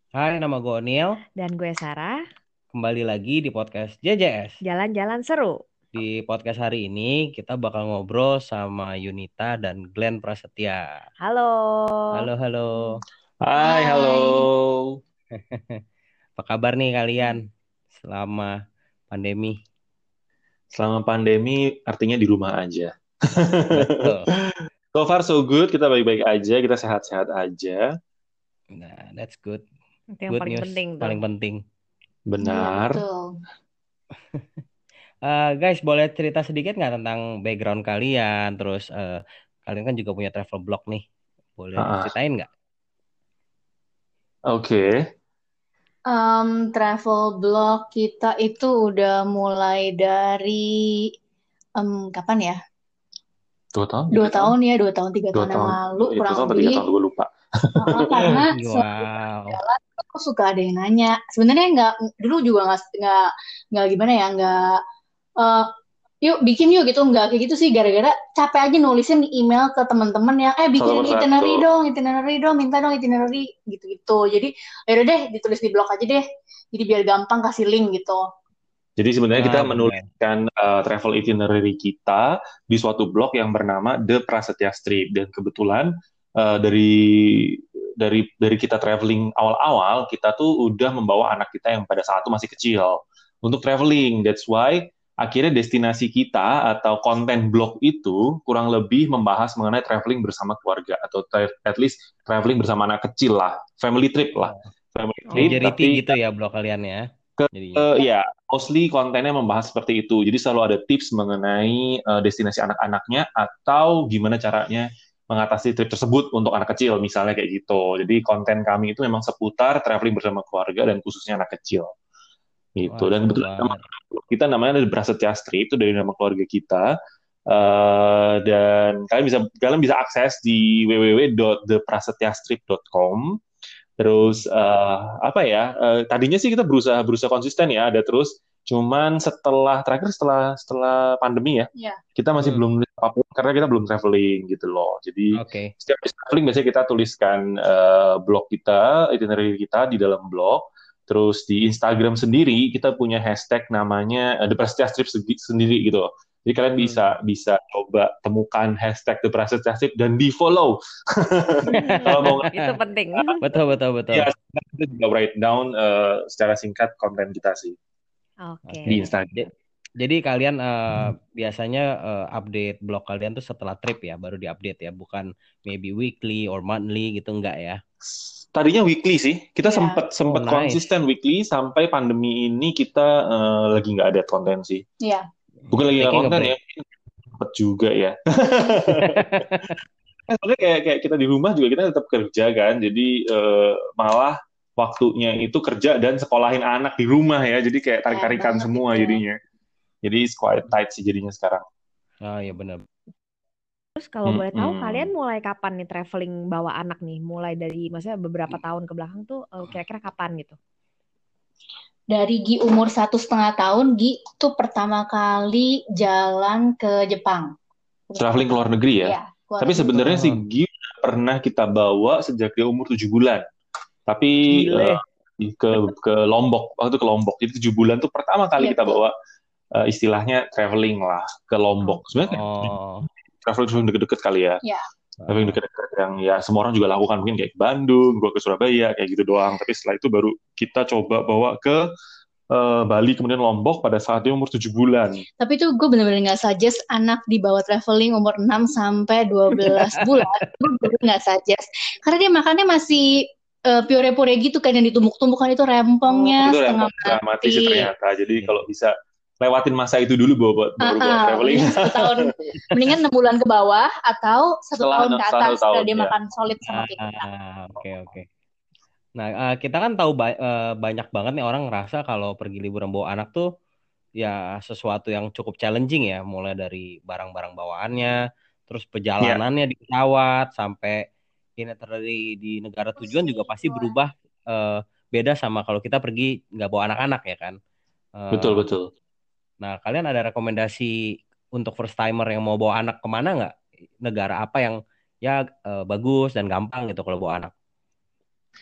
Hai, nama gue Neil. Dan gue Sarah, Kembali lagi di podcast JJS. jalan-jalan seru. Di podcast hari ini kita bakal ngobrol sama Yunita dan Glenn Prasetya. Halo. Halo, halo. Hai, halo. Apa kabar nih kalian selama pandemi? Selama pandemi artinya di rumah aja. Betul. So far so good, kita baik-baik aja, kita sehat-sehat aja. Nah, that's good. Itu yang Good paling news, penting tuh. paling penting. Iya Benar. betul. Guys, boleh cerita sedikit nggak tentang background kalian? Terus kalian kan juga punya travel blog nih. Boleh Ah, diceritain nggak? Oke. Travel blog kita itu udah mulai dari kapan ya? 2 tahun, Dua 3 tahun? tahun ya, 2 tahun 3 tahun Dua yang tahun. lalu Ya, kurang 2 tahun atau tiga lebih. tahun, gue lupa. Karena selalu Wow. jalan aku suka ada yang nanya. Sebenarnya nggak dulu juga nggak gimana ya eh, yuk bikin yuk gitu nggak kayak gitu sih gara-gara capek aja nulisin di email ke teman-teman yang Satu bikinin persatu. itinerary dong minta dong itinerary gitu-gitu jadi yaudah deh ditulis di blog aja deh jadi biar gampang kasih link gitu. Jadi sebenarnya kita Ah, benar. menuliskan travel itinerary kita di suatu blog yang bernama The Prasetya Street. Dan kebetulan dari kita traveling awal-awal, kita tuh udah membawa anak kita yang pada saat itu masih kecil untuk traveling. That's why akhirnya destinasi kita atau konten blog itu kurang lebih membahas mengenai traveling bersama keluarga atau at least traveling bersama anak kecil lah, family trip lah, Oh, family trip. Oh. majority Tapi gitu ya blog kalian ya. Jadinya. ya, mostly kontennya membahas seperti itu. Jadi selalu ada tips mengenai destinasi anak-anaknya atau gimana caranya mengatasi trip tersebut untuk anak kecil, misalnya kayak gitu. Jadi konten kami itu memang seputar traveling bersama keluarga dan khususnya anak kecil. Gitu. Wah, Dan seru kebetulan nama banget. kita namanya dari Prasetya Street, itu dari nama keluarga kita. Dan kalian bisa akses di www.theprasetyastrip.com. Terus apa ya? Tadinya sih kita berusaha berusaha konsisten ya, ada terus. Cuman setelah pandemi ya, Ya. kita masih Hmm, belum nulis apapun karena kita belum traveling gitu loh. Jadi oke. setiap habis traveling biasanya kita tuliskan blog kita, itinerary kita di dalam blog. Terus di Instagram sendiri kita punya hashtag namanya The Prasetya Strip sendiri gitu loh. Jadi kalian bisa Hmm. bisa coba temukan hashtag The Prasetya Strip dan di follow. Kalau mau Itu penting. Betul, betul, betul. ya, kita juga write down secara singkat konten kita sih Oke. di Oke. Instagram. Jadi kalian biasanya update blog kalian tuh setelah trip ya, baru diupdate ya, bukan maybe weekly or monthly gitu enggak ya? Tadinya weekly sih, kita Iya. sempat Oh, sempat nice. konsisten weekly sampai pandemi ini kita lagi nggak ada konten sih. Iya. Bukan lagi nggak Taking a konten ya, break. sempat juga ya. Soalnya kayak kita di rumah juga kita tetap kerja kan, jadi malah waktunya itu kerja dan sekolahin anak di rumah ya, jadi kayak Ya tarik-tarikan banget semua itu. jadinya. Jadi it's quite tight sih jadinya sekarang. Oh ya benar. Terus kalau boleh tahu kalian Mm-mm. mulai kapan nih traveling bawa anak nih? Mulai dari maksudnya beberapa tahun ke belakang tuh kira-kira kapan gitu? Dari Gi umur 1,5 tahun Gi tuh pertama kali jalan ke Jepang pertama Traveling ke luar kali negeri ya. ya keluar Tapi negeri. sebenarnya sih Oh, Giu pernah kita bawa sejak dia umur 7 bulan. Tapi gile. ke ke Lombok, waktu itu ke Lombok. Jadi 7 bulan tuh pertama kali Iya kita tuh. bawa istilahnya traveling lah ke Oh, Lombok. Sebenarnya kayak Oh. traveling deket-deket kali ya. Ya. Traveling Ah. deket-deket yang ya semua orang juga lakukan. Mungkin kayak ke Bandung, gua ke Surabaya, kayak gitu doang. Tapi setelah itu baru kita coba bawa ke Bali, kemudian Lombok pada saat dia umur 7 bulan. Tapi tuh gue bener-bener nggak suggest anak dibawa traveling umur 6 sampai 12 bulan. Gue bener nggak suggest. Karena dia makannya masih pure-pure gitu kan yang ditumbuk-tumbuk kan itu oh, rempongnya Itu setengah rempong setengah mati sih mati. ternyata. Jadi Iya. kalau bisa lewatin masa itu dulu baru bawa traveling. Mendingan 1 tahun, mendingan 6 bulan ke bawah atau satu setelah tahun ke setelah atas satu supaya tahun dia ya. makan solid sama kita. Oke, oke. Nah, kita kan tahu banyak banget nih orang ngerasa kalau pergi liburan bawa anak tuh ya sesuatu yang cukup challenging ya, mulai dari barang-barang bawaannya, terus Ya, perjalanannya di pesawat sampai itinerary di negara tujuan juga pasti berubah eh, beda sama kalau kita pergi nggak bawa anak-anak ya kan. betul Eh, betul. nah, kalian ada rekomendasi untuk first timer yang mau bawa anak kemana nggak? Negara apa yang ya bagus dan gampang gitu kalau bawa anak?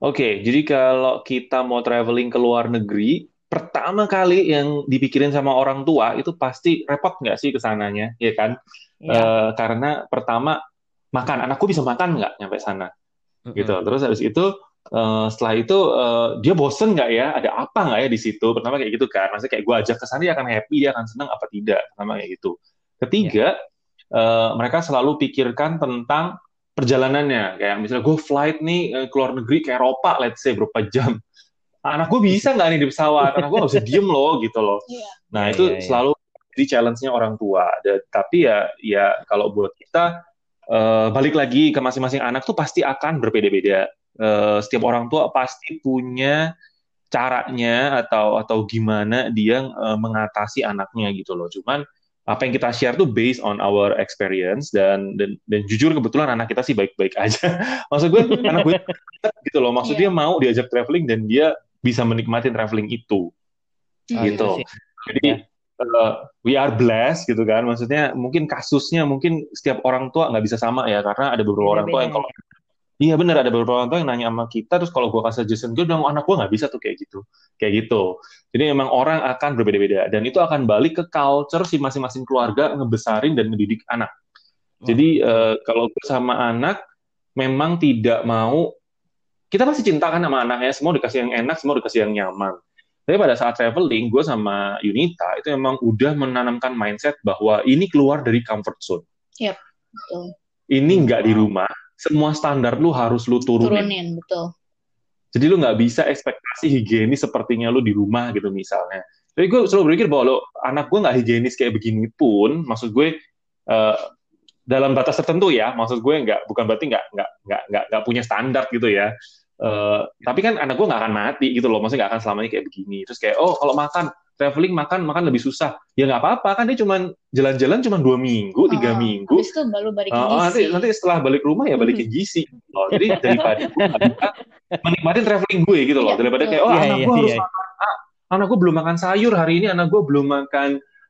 Oke, jadi kalau kita mau traveling ke luar negeri, pertama kali yang dipikirin sama orang tua itu pasti repot nggak sih ke sananya, ya kan? Ya. Karena pertama makan, anakku bisa makan nggak nyampe sana, gitu. Mm-mm. Terus habis itu setelah itu dia bosen nggak ya? Ada apa nggak ya di situ? Pertama kayak gitu kan. Maksudnya kayak gue ajak ke sana dia akan happy, dia akan senang apa tidak? Pertama kayak gitu. Ya. Ketiga, mereka selalu pikirkan tentang perjalanannya. Kayak misalnya gue flight nih ke luar negeri ke Eropa, let's say berapa jam. Anak gue bisa nggak nih di pesawat? Anak gue nggak bisa diem loh gitu loh. Iya. Nah Ya, itu ya, ya. selalu jadi challenge-nya orang tua. Tapi ya kalau buat kita balik lagi ke masing-masing anak tuh pasti akan berbeda-beda. Setiap orang tua pasti punya caranya atau gimana dia mengatasi anaknya gitu loh. Cuman apa yang kita share tuh based on our experience dan jujur kebetulan anak kita sih baik-baik aja. Maksud gue anak gue gitu loh. Maksud dia Iya. mau diajak traveling dan dia bisa menikmati traveling itu Ah, itu gitu. sih. Jadi Ya. we are blessed gitu kan. Maksudnya mungkin kasusnya mungkin setiap orang tua nggak bisa sama ya karena ada beberapa orang tua Beda-beda yang kalau ya. iya bener ada beberapa orang tua yang nanya sama kita terus kalau gue kasih suggestion gue bilang anak gue nggak bisa tuh kayak gitu. Jadi memang orang akan berbeda-beda dan itu akan balik ke culture si masing-masing keluarga ngebesarin dan ngedidik anak. Wah, Jadi betul. kalau gue sama anak memang tidak mau kita pasti cinta kan sama anaknya semua dikasih yang enak semua dikasih yang nyaman. Tapi pada saat traveling, gue sama Yunita itu memang udah menanamkan mindset bahwa ini keluar dari comfort zone. Yap, betul. Ini nggak di Wow. rumah, semua standar lu harus lu turunin. Turunin, betul. Jadi lu nggak bisa ekspektasi higienis sepertinya lu di rumah gitu misalnya. Jadi gue selalu berpikir bahwa lo anak gue nggak higienis kayak begini pun, maksud gue eh, dalam batas tertentu ya, maksud gue nggak bukan berarti nggak punya standar gitu ya. Tapi kan anak gue nggak akan mati gitu loh, maksudnya nggak akan selamanya kayak begini. Terus kayak oh kalau traveling makan lebih susah, ya nggak apa-apa kan dia cuma jalan-jalan cuma 2 minggu 3 minggu. Habis itu baru balik ke Nanti gizi. setelah balik rumah ya balik ke gizi. Loh. Jadi daripada gue nggak bisa menikmatin traveling gue gitu loh, Iya, daripada betul. kayak oh Iya, anak iya, gue harus iya. makan anak gue belum makan sayur hari ini, anak gue belum makan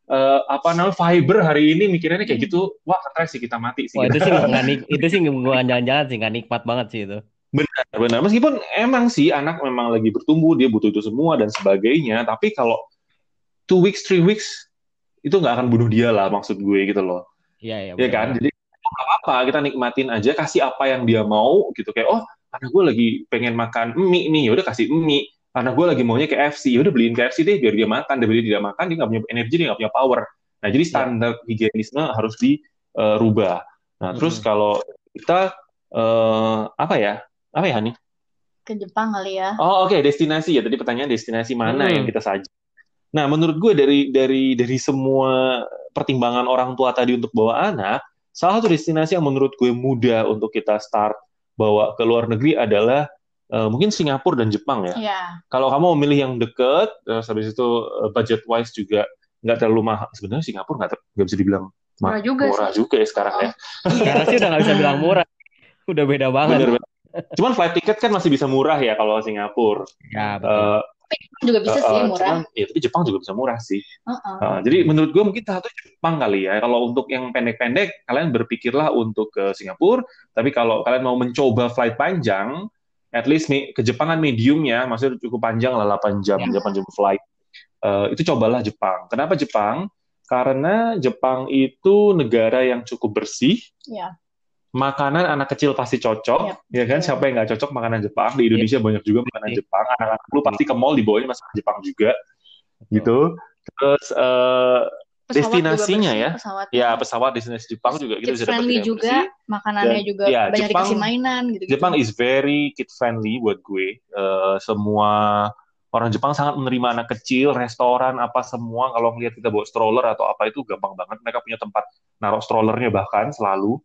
apa namanya fiber hari ini, mikirannya kayak gitu, wah stres sih kita mati sih Wah, kita. itu sih itu sih bukan jalan-jalan sih, nggak nikmat banget sih itu. Benar. Meskipun emang sih anak memang lagi bertumbuh, dia butuh itu semua dan sebagainya, tapi kalau 2 weeks, 3 weeks itu nggak akan bunuh dia lah maksud gue gitu loh. Iya, iya, Ya kan? benar-benar. Jadi nggak apa-apa, kita nikmatin aja, kasih apa yang dia mau gitu. Kayak, oh, anak gue lagi pengen makan mie nih, yaudah kasih mie. Anak gue lagi maunya KFC, yaudah beliin KFC deh, biar dia makan. Daripada dia tidak makan, dia nggak punya energi, dia nggak punya power. Nah, jadi Iya. standar higienisme harus dirubah. Nah, terus Mm-mm. kalau kita, apa ya nih? Ke Jepang kali ya. Oh, oke, destinasi ya. Tadi pertanyaan destinasi mana yang Mm-mm. kita saji. Nah, menurut gue dari semua pertimbangan orang tua tadi untuk bawa anak, salah satu destinasi yang menurut gue mudah untuk kita start bawa ke luar negeri adalah mungkin Singapura dan Jepang ya. Iya. Kalau kamu mau milih yang deket, terus habis itu budget wise juga nggak terlalu mahal. Sebenarnya Singapura nggak bisa dibilang Murah juga murah sih. juga ya sekarang ya. Sekarang sih udah nggak bisa bilang murah. Udah beda banget. Bener-bener. Cuman flight ticket kan masih bisa murah ya kalau Singapura. Ya, betul. Juga bisa sih murah. Tapi Jepang juga bisa murah sih. Uh-uh. Jadi menurut gue mungkin satu Jepang kali ya. Kalau untuk yang pendek-pendek, kalian berpikirlah untuk ke Singapura. Tapi kalau kalian mau mencoba flight panjang, at least ke Jepang kan medium ya, maksudnya cukup panjang lah 8 jam, Ya. 8 jam flight. Itu cobalah Jepang. Kenapa Jepang? Karena Jepang itu negara yang cukup bersih. Ya. Makanan anak kecil pasti cocok, ya kan? Siapa yang nggak cocok makanan Jepang? Di Indonesia banyak juga makanan Jepang. Anak-anak lu pasti ke mall dibawain masakan Jepang juga, gitu. Terus destinasinya ya, pesawat destinasi Jepang juga gitu bisa dapat friendly yang juga, bersih. makanannya Dan, juga ya, banyak dikasih mainan gitu. Jepang is very kid friendly buat gue. Semua orang Jepang sangat menerima anak kecil, restoran apa semua. Kalau ngelihat kita bawa stroller atau apa itu gampang banget. Mereka punya tempat naruh strollernya bahkan selalu.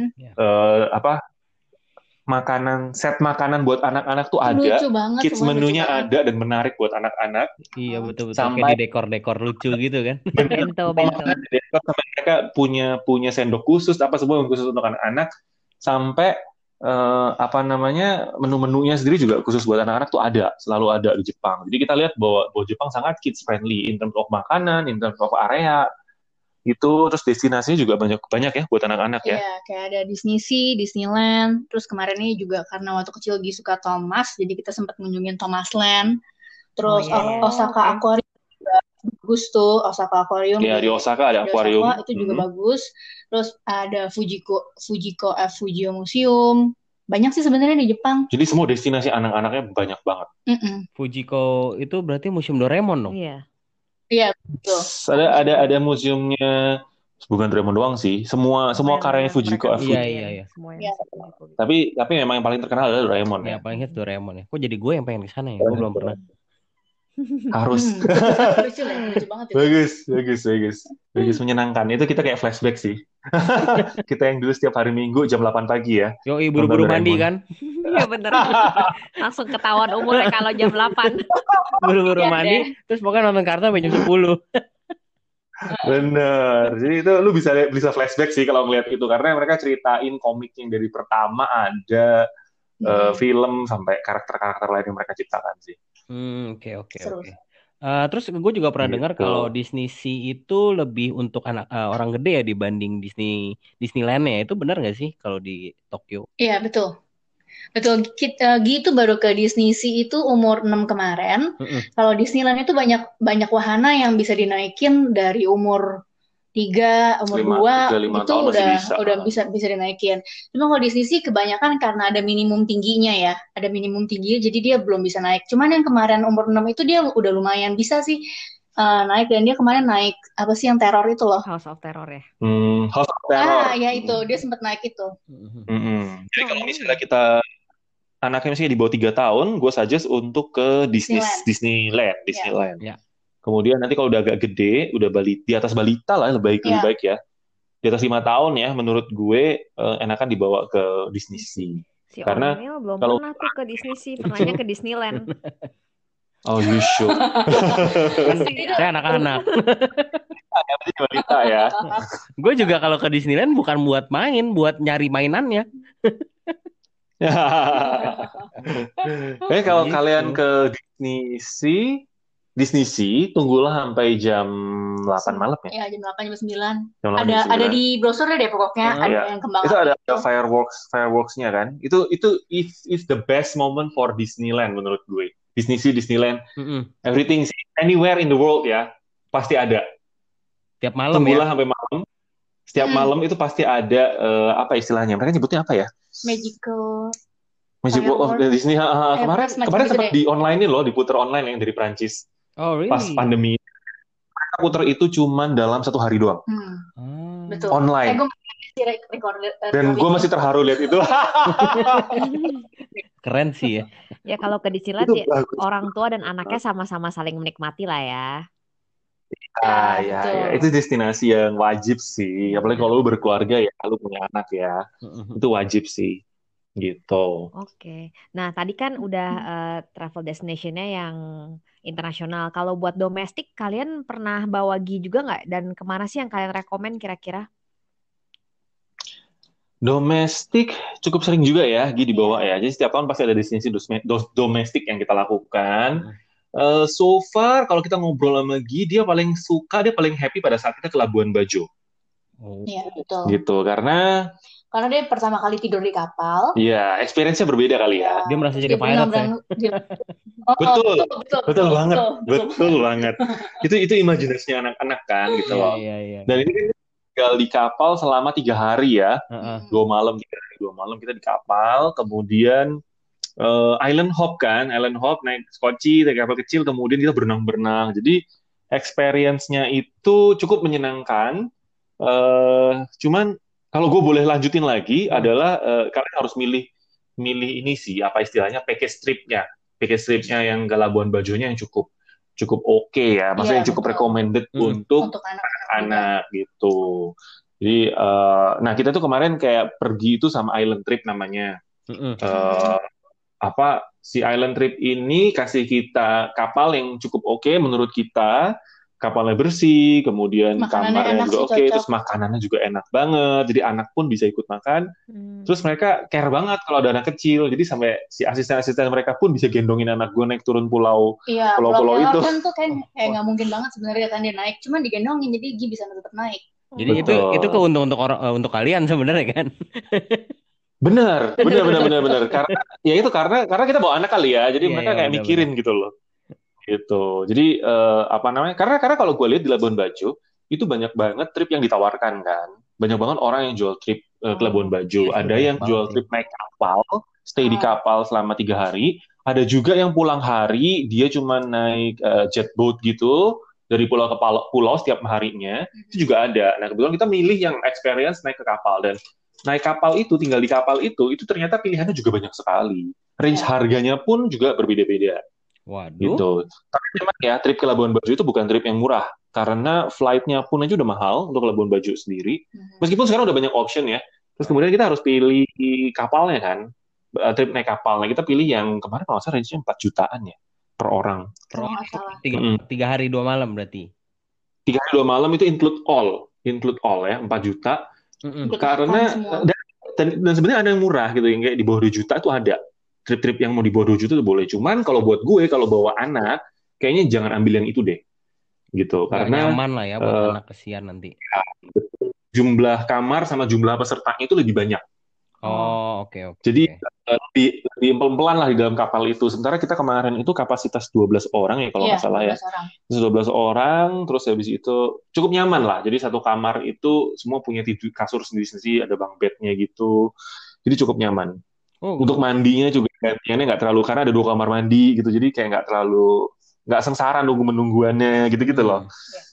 Set makanan buat anak-anak tuh ada. Lucu banget, Kids menunya ada dan menarik buat anak-anak. Iya, betul-betul. Sampai kayak di dekor-dekor lucu gitu kan. Bento. Sampai mereka punya sendok khusus, apa semua yang khusus untuk anak-anak. Sampai menu-menunya sendiri juga khusus buat anak-anak tuh ada, selalu ada di Jepang. Jadi kita lihat bahwa Jepang sangat kids friendly in terms of makanan, in terms of area. Itu terus destinasinya juga banyak ya buat anak-anak ya. Iya, kayak ada Disney Sea, Disneyland. Terus kemarin ini juga karena waktu kecil Gi suka Thomas, jadi kita sempat ngunjungin Thomas Land. Terus iya. Osaka Oke. Aquarium juga bagus tuh, Osaka Aquarium Ya, di Osaka ada di akuarium. Osaka itu juga bagus. Terus ada Fujio Museum. Banyak sih sebenarnya di Jepang. Jadi semua destinasi anak-anaknya banyak banget. Fujiko itu berarti museum Doraemon dong. Iya. Iya, betul. Ada museumnya, bukan Doraemon doang sih. Semua karyanya Fujiko F. Iya. Semua Iya. yang Fujiko gitu. Tapi memang yang paling terkenal adalah Doraemon Ya ya. paling hits Doraemon ya. Kok jadi gue yang pengen ke sana ya? Gue belum pernah. Harus. Lucu banget itu. Bagus, menyenangkan. Itu kita kayak flashback sih. Kita yang dulu setiap hari Minggu jam 8 pagi ya. Yoi, buru-buru Nonton mandi Doraemon. kan? Iya bener. Langsung ketahuan umurnya kalau jam 8. Buru-buru Iya mandi, terus pokoknya nonton kartun sampai jam 10. Bener. Jadi itu lu bisa flashback sih kalau ngeliat itu. Karena mereka ceritain komik yang dari pertama ada film sampai karakter-karakter lain yang mereka ciptakan sih. Oke. Seru. Terus gue juga pernah dengar Gitu. kalau Disney Sea itu lebih untuk anak orang gede ya dibanding Disneyland-nya. Itu benar nggak sih kalau di Tokyo? Iya, betul. Gi itu baru ke Disney Sea itu umur 6 kemarin. Kalau Disneyland itu banyak wahana yang bisa dinaikin dari umur 3, umur 2 5 itu tahun masih udah bisa dinaikin. Cuma kalau Disney Sea kebanyakan karena ada minimum tingginya ya. Ada minimum tingginya jadi dia belum bisa naik. Cuman yang kemarin umur 6 itu dia udah lumayan bisa sih naik, dan dia kemarin naik apa sih yang teror itu loh. House of Terror ya. House of Terror. Ya itu, dia sempat naik itu. Jadi kalau misalnya kita anaknya misalnya di bawah 3 tahun, gue suggest untuk ke Disneyland. Ya. Kemudian nanti kalau udah agak gede, udah di atas balita lah, lebih baik ya. Di atas 5 tahun ya, menurut gue enakan dibawa ke Disney Sea. Si Karena Ornil belum kalau- pernah tuh ke Disney Sea, pernahnya ke Disneyland. Oh, you should. Saya anak-anak. Berarti balita ya. Gue juga kalau ke Disneyland bukan buat main, buat nyari mainannya. Kalau Gitu. kalian ke Disney Sea, tunggulah sampai jam 8 malam ya. Ya, jam 8, jam 9. Jam 8, jam 9. Ada di brosurnya deh pokoknya, ada yang kembang. Itu ada fireworks-nya kan. Itu is the best moment for Disneyland menurut gue. Disney Sea, Disneyland, everything anywhere in the world ya, pasti ada. Tiap malam Tunggulah ya. sampai malam. Setiap malam itu pasti ada apa istilahnya? Mereka nyebutnya apa ya? Magic World of Disney. Kemarin sempat di online loh, diputar online yang dari Prancis. Oh, really? Pas pandemi. Mereka putar itu cuman dalam 1 hari doang. Betul. Online. Dan gue masih terharu lihat itu. Keren sih ya. Ya kalau ke Disneyland Itu ya, bagus. orang tua dan anaknya sama-sama saling menikmati lah ya. Ya, itu destinasi yang wajib sih. Apalagi kalau lu berkeluarga ya, lu punya anak ya, itu wajib sih, gitu. Oke. Nah tadi kan udah travel destination-nya yang internasional. Kalau buat domestik, kalian pernah bawa Gi juga nggak? Dan kemana sih yang kalian rekomen kira-kira? Domestik cukup sering juga ya, Gi dibawa ya. Jadi setiap tahun pasti ada destinasi domestik yang kita lakukan. So far kalau kita ngobrol sama Gi, dia paling happy pada saat kita ke Labuan Bajo. Iya, betul. Gitu, karena dia pertama kali tidur di kapal. Iya, experience-nya berbeda kali ya. Dia merasa jadi pirate ya. Betul banget. Itu imajinasinya anak-anak kan, gitu loh. Iya. Dan ini tinggal di kapal selama 3 hari ya. 2 malam kita di kapal, kemudian island hop naik skoci, naik kapal kecil, kemudian kita berenang-berenang. Jadi experience-nya itu cukup menyenangkan. Cuman kalau gue boleh lanjutin lagi adalah kalian harus milih ini sih, apa istilahnya, package trip-nya yang ke Labuan Bajonya yang cukup oke ya, maksudnya cukup recommended untuk anak-anak gitu. Jadi, nah kita tuh kemarin kayak pergi itu sama island trip namanya. Si island trip ini kasih kita kapal yang cukup oke menurut kita, kapalnya bersih, kemudian Makanannya kamarnya enak juga sih, oke, cocok. terus makanannya juga enak banget, jadi anak pun bisa ikut makan. Terus mereka care banget kalau ada anak kecil, jadi sampai si asisten-asisten mereka pun bisa gendongin anak gue naik turun Iya, Pulau pulau-pulau itu. Kelor kan tuh kayak nggak mungkin banget sebenarnya kan dia naik, cuman digendongin jadi Gi bisa tetap naik. Jadi itu Betul. keuntungan untuk kalian sebenarnya kan. Benar, benar. Karena kita bawa anak kali ya, jadi Iya mereka ya kayak benar-benar. mikirin gitu loh. Gitu. Jadi apa namanya? Karena kalau gue lihat di Labuan Bajo itu banyak banget trip yang ditawarkan kan. Banyak banget orang yang jual trip ke Labuan Bajo. Iya sih Ada banyak yang banget jual sih. trip naik kapal, stay di Oh, kapal selama 3 hari. Ada juga yang pulang hari, dia cuma naik jet boat gitu dari pulau ke pulau setiap harinya. Itu juga ada. Nah kebetulan kita milih yang experience naik ke kapal dan naik kapal itu, tinggal di kapal itu ternyata pilihannya juga banyak sekali. Range ya. harganya pun juga berbeda-beda Waduh. gitu. Tapi memang ya trip ke Labuan Bajo itu bukan trip yang murah karena flight-nya pun aja udah mahal untuk Labuan Bajo sendiri. Meskipun sekarang udah banyak option ya. Terus kemudian kita harus pilih kapalnya kan. Trip naik kapal. Nah, kita pilih yang kemarin kalau nggak salah range-nya 4 jutaan ya per orang. Kalau nggak salah. Tiga hari 2 malam berarti. 3 hari 2 malam itu include all ya 4 juta. Ikut Karena makan semua. dan sebenarnya ada yang murah gitu yang kayak di bawah 2 juta itu ada. Trip-trip yang mau di bawah 2 juta itu boleh. Cuman kalau buat gue kalau bawa anak kayaknya jangan ambil yang itu deh. Gitu. Nggak Karena nyaman lah ya buat anak, kesian nanti. jumlah kamar sama jumlah pesertanya itu lebih banyak. Oh, oke. Jadi lebih pelan-pelan lah di dalam kapal itu. Sementara kita kemarin itu kapasitas 12 orang ya kalau Iya, nggak salah ya. 12 orang. Terus 12 orang, terus habis itu cukup nyaman lah. Jadi satu kamar itu semua punya kasur sendiri-sendiri, ada bunk bednya gitu. Jadi cukup nyaman. Oh, Untuk mandinya juga gantiannya nggak terlalu, karena ada 2 kamar mandi gitu. Jadi kayak nggak sengsara nunggu-menungguannya gitu-gitu loh.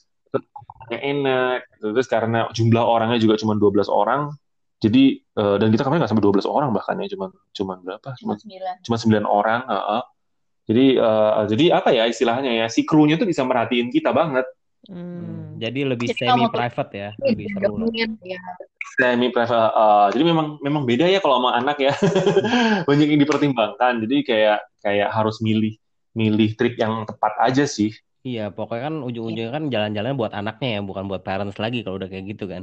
Enak. Terus karena jumlah orangnya juga cuma 12 orang, jadi dan kita kemarin nggak sampai 12 orang bahkan ya, cuma berapa? Cuma 9. Cuma 9 orang. Jadi apa ya istilahnya ya, si krunya tuh bisa merhatiin kita banget. Jadi lebih Jadi semi kalau private ya, lebih seru lah. Ya. Semi private. Jadi memang beda ya kalau sama anak ya. Banyak yang dipertimbangkan. Jadi kayak harus milih trip yang tepat aja sih. Iya, pokoknya kan ujung-ujungnya kan jalan-jalan buat anaknya ya, bukan buat parents lagi kalau udah kayak gitu kan.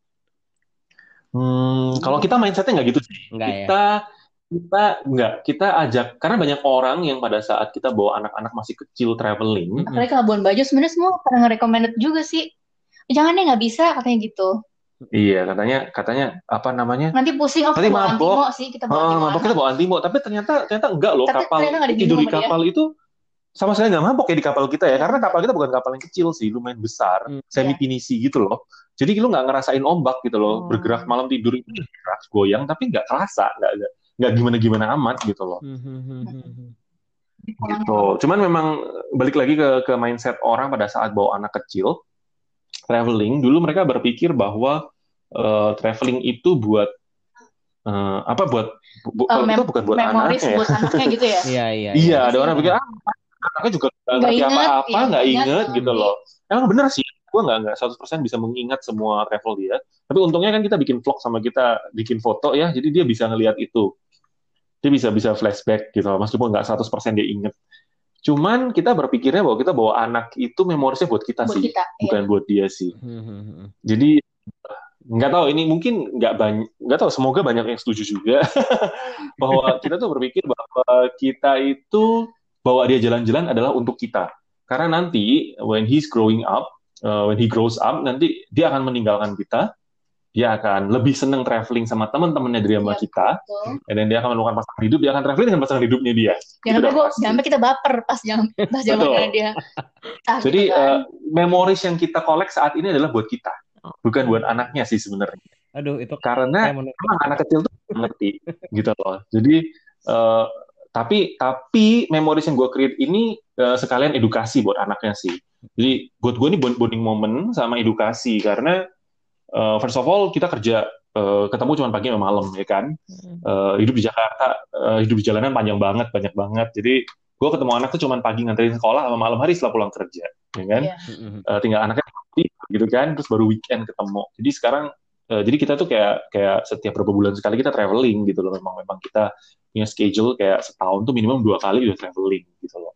Kalau kita mindsetnya nggak gitu sih. Enggak ya? Kita ajak, karena banyak orang yang pada saat kita bawa anak-anak masih kecil traveling, Apalagi ke Labuan Bajo sebenarnya semua pada nge-recommended juga sih. Jangan deh, nggak bisa katanya gitu. iya katanya apa namanya? Nanti pusing, Nanti bawa mabok. antimo sih, kita bawa antimo Mabok kita anak. bawa antimo, tapi ternyata enggak loh. Tapi ternyata nggak Tidur diminum di sama dia. kapal itu sama sekali nggak mabok ya di kapal kita ya, karena kapal kita bukan kapal yang kecil sih, lumayan besar, semi pinisi gitu loh. Jadi lu nggak ngerasain ombak gitu loh, bergerak malam tidur itu gerak goyang, tapi nggak kerasa, nggak gimana amat gitu loh. Gitu. Cuman memang balik lagi ke mindset orang pada saat bawa anak kecil traveling. Dulu mereka berpikir bahwa traveling itu buat itu bukan buat memoris anaknya ya. buat anaknya gitu ya. Iya. Ada orang pikir anaknya juga nggak ngerti apa-apa, nggak inget gitu loh. Emang bener sih, gue nggak 100% bisa mengingat semua travel dia. Tapi untungnya kan kita bikin vlog sama kita bikin foto ya, jadi dia bisa ngelihat itu. Dia bisa flashback gitu, meskipun nggak 100% dia inget. Cuman kita berpikirnya bahwa kita bawa anak itu memorisnya buat kita sih, bukan buat dia sih. Jadi nggak tahu, ini mungkin nggak tahu, semoga banyak yang setuju juga bahwa kita tuh berpikir bahwa kita itu bawa dia jalan-jalan adalah untuk kita, karena nanti when he grows up nanti dia akan meninggalkan kita, dia akan lebih seneng traveling sama teman-temannya dari sama kita, dan dia akan menemukan pasangan hidup, dia akan traveling dengan pasangan hidupnya dia. Jangan sampai kita baper pas zamannya dia. Jadi memoris yang kita kolek saat ini adalah buat kita, bukan buat anaknya sih sebenarnya. Aduh, itu karena emang anak kecil tuh ngerti gitu loh. Jadi tapi memoris yang gue create ini sekalian edukasi buat anaknya sih. Jadi buat gue ini bonding moment sama edukasi, karena first of all kita kerja ketemu cuma pagi sama malam ya kan. Hidup di Jakarta, hidup di jalanan panjang banget, banyak banget. Jadi gue ketemu anak tuh cuma pagi nganterin sekolah sama malam hari setelah pulang kerja, ya kan. Tinggal anaknya gitu kan, terus baru weekend ketemu. Jadi sekarang jadi kita tuh kayak setiap beberapa bulan sekali kita traveling gitu loh. Memang kita punya schedule kayak setahun tuh minimum 2 kali udah traveling gitu loh.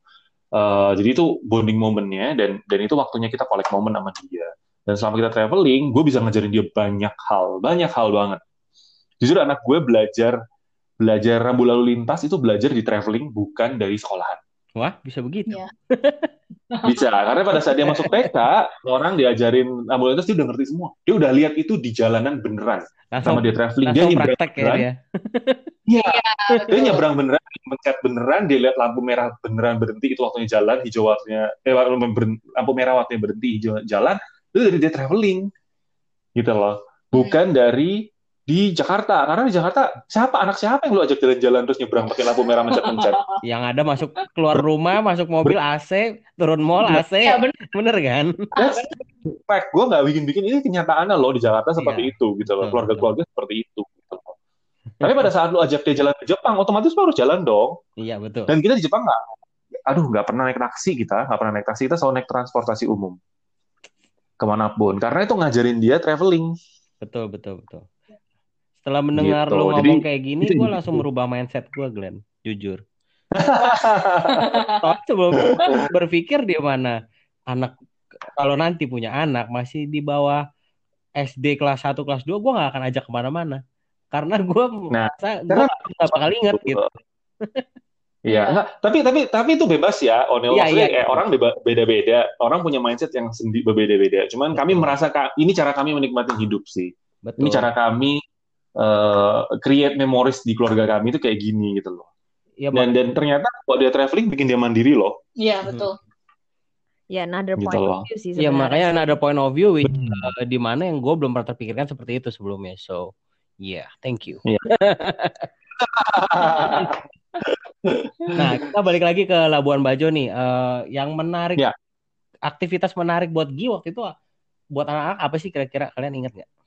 Jadi itu bonding momennya dan itu waktunya kita collect momen sama dia. Dan selama kita traveling, gue bisa ngajarin dia banyak hal banget. Jujur anak gue belajar belajar rambu lalu lintas itu belajar di traveling bukan dari sekolahan. Wah, bisa begitu. Iya. Bisa, karena pada saat dia masuk TK, orang diajarin rambu lalu lintas dia udah ngerti semua. Dia udah lihat itu di jalanan beneran. Sama Langsung dia traveling, dia langsung nyebrang praktek ya beneran. dia. Iya, dia Betul. nyebrang beneran, mencet beneran, dia lihat lampu merah beneran berhenti, itu waktunya jalan, hijau waktunya, lampu merah waktunya berhenti, hijau jalan, itu dari dia traveling, gitu loh. Bukan dari di Jakarta, karena di Jakarta, anak siapa yang lu ajak jalan-jalan terus nyebrang pakai lampu merah mencet-mencet? Yang ada masuk keluar rumah, masuk mobil AC, turun mall AC. Ya, bener. Bener kan? That's fact. Gue nggak bikin ini kenyataannya loh di Jakarta seperti Iya, itu gitu loh. betul, Keluarga-keluarga seperti itu. Gitu loh. Tapi pada saat lu ajak dia jalan ke Jepang, otomatis lu harus jalan dong. Iya, betul. Dan kita di Jepang nggak pernah naik taksi kita, nggak pernah naik taksi, kita selalu naik transportasi umum kemanapun. Karena itu ngajarin dia traveling. Betul. Setelah mendengar Gitu. lo Jadi ngomong kayak gini, itu gue gitu. langsung merubah mindset gue, Glenn. Jujur. Soalnya sebelum berpikir di mana anak, kalau nanti punya anak masih di bawah SD kelas 1, kelas 2, gue gak akan ajak kemana-mana. Karena gue Nah, merasa gue karena gak bakal inget gitu. Iya, enggak, tapi itu bebas ya, Onel. Iya, Maksudnya iya. orang beda-beda, orang punya mindset yang berbeda-beda. Cuman kami Betul. merasa ini cara kami menikmati hidup sih. Ini Betul. cara kami create memories di keluarga kami itu kayak gini gitu loh. Ya, Dan ternyata kalau dia traveling bikin dia mandiri loh. Iya, betul. Ya, another Gitu point loh. of view sih ya sebenarnya. makanya ada point of view which, di mana yang gue belum pernah terpikirkan seperti itu sebelumnya. So, yeah, thank you. Iya. Nah, kita balik lagi ke Labuan Bajo nih. Yang menarik, Ya. aktivitas menarik buat Gi waktu itu, buat anak-anak apa sih kira-kira? Kalian ingat nggak?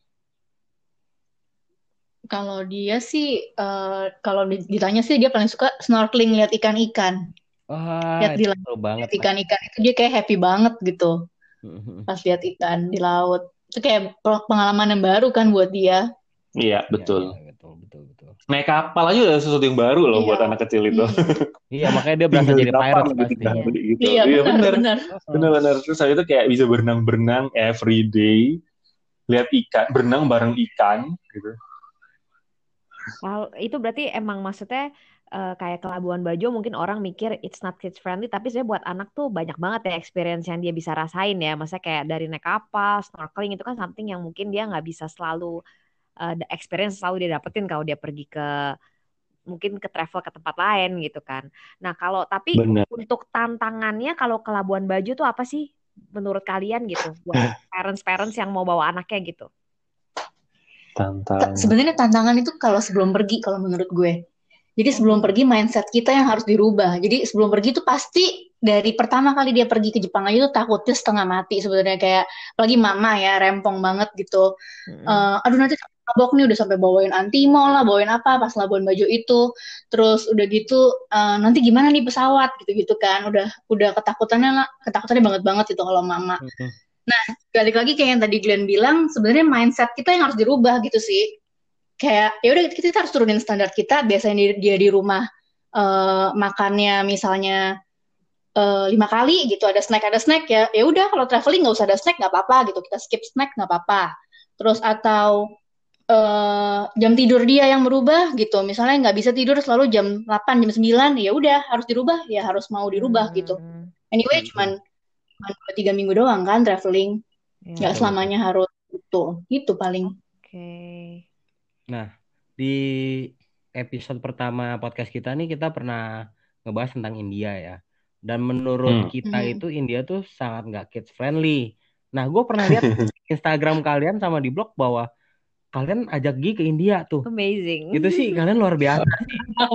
Kalau dia sih, kalau ditanya sih dia paling suka snorkeling, lihat ikan-ikan. Wah, Lihat di itu laut, seru banget. lihat ikan-ikan itu dia kayak happy banget gitu. Pas lihat ikan di laut. Itu kayak pengalaman yang baru kan buat dia. Iya, betul. Iya, betul. Naik kapal aja udah sesuatu yang baru loh Iya. buat anak kecil itu. Iya, makanya dia berasa jadi pirate pasti. Gitu. Iya, benar. Benar. Terus habis itu kayak bisa berenang-berenang every day. Lihat ikan, berenang bareng ikan gitu. Kalau itu berarti emang maksudnya kayak ke Labuan Bajo mungkin orang mikir it's not kids friendly, tapi saya buat anak tuh banyak banget ya experience yang dia bisa rasain ya. Maksudnya kayak dari naik kapal, snorkeling itu kan something yang mungkin dia nggak bisa selalu experience selalu dia dapetin kalau dia pergi ke mungkin ke travel ke tempat lain gitu kan. Nah kalau tapi Benar. untuk tantangannya kalau ke Labuan Bajo tuh apa sih menurut kalian gitu buat parents yang mau bawa anaknya gitu? Sebenarnya tantangan itu kalau sebelum pergi, kalau menurut gue. Jadi sebelum pergi mindset kita yang harus dirubah. Jadi sebelum pergi itu pasti dari pertama kali dia pergi ke Jepang aja tuh takutnya setengah mati sebenarnya, kayak apalagi mama ya rempong banget gitu. Aduh nanti mabok nih, udah sampai bawain antimo lah, bawain apa pas Labuan Bajo itu. Terus udah gitu nanti gimana nih pesawat gitu-gitu kan. Udah ketakutannya banget itu kalau mama. Nah, balik lagi kayak yang tadi Glenn bilang, sebenarnya mindset kita yang harus dirubah gitu sih. Kayak ya udah kita harus turunin standar kita. Biasanya dia di rumah makannya misalnya 5 kali gitu, ada snack ya. Ya udah kalau traveling nggak usah ada snack nggak apa-apa gitu. Kita skip snack nggak apa-apa. Terus atau jam tidur dia yang berubah gitu. Misalnya nggak bisa tidur selalu jam 8, jam 9, ya udah harus dirubah, ya harus mau dirubah gitu. Anyway, cuman 2-3 minggu doang kan traveling, nggak selamanya harus gitu paling. Oke. Nah, di episode pertama podcast kita nih kita pernah ngebahas tentang India ya, dan menurut kita itu India tuh sangat nggak kids friendly. Nah, gue pernah lihat Instagram kalian sama di blog bahwa kalian ajak Gi ke India tuh. Amazing. Gitu sih, kalian luar biasa sih.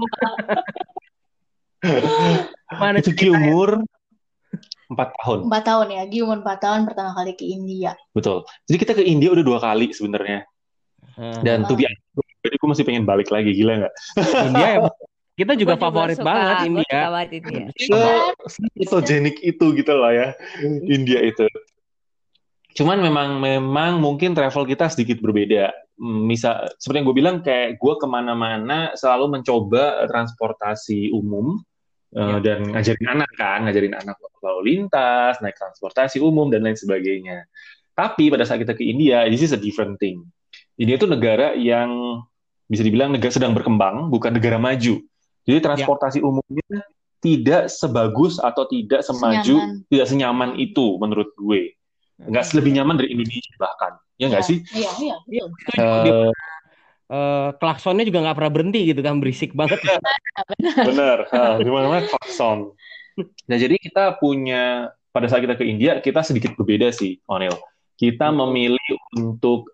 Gimana itu Gi umur 4 tahun. 4 tahun ya, Gi umur 4 tahun pertama kali ke India. Betul. Jadi kita ke India udah 2 kali sebenarnya. Dan jadi gue masih pengen balik lagi, gila nggak? India ya, kita juga favorit banget India. Fotogenik itu gitu loh ya, India itu. Cuman memang mungkin travel kita sedikit berbeda. Misal seperti yang gue bilang, kayak gue kemana-mana selalu mencoba transportasi umum Ya. dan ngajarin anak lalu lintas, naik transportasi umum dan lain sebagainya. Tapi pada saat kita ke India, this is a different thing. India itu negara yang bisa dibilang negara sedang berkembang, bukan negara maju. Jadi Ya. transportasi umumnya tidak sebagus atau tidak semaju, Senyaman. tidak senyaman itu menurut gue. Nggak lebih nyaman dari Indonesia bahkan. Ya nggak sih? Iya, betul. Eh, Klaksonnya juga nggak pernah berhenti gitu kan, berisik banget. Benar. Di mana-mana klakson. Nah, jadi kita punya, pada saat kita ke India, kita sedikit berbeda sih, Onel. Kita memilih untuk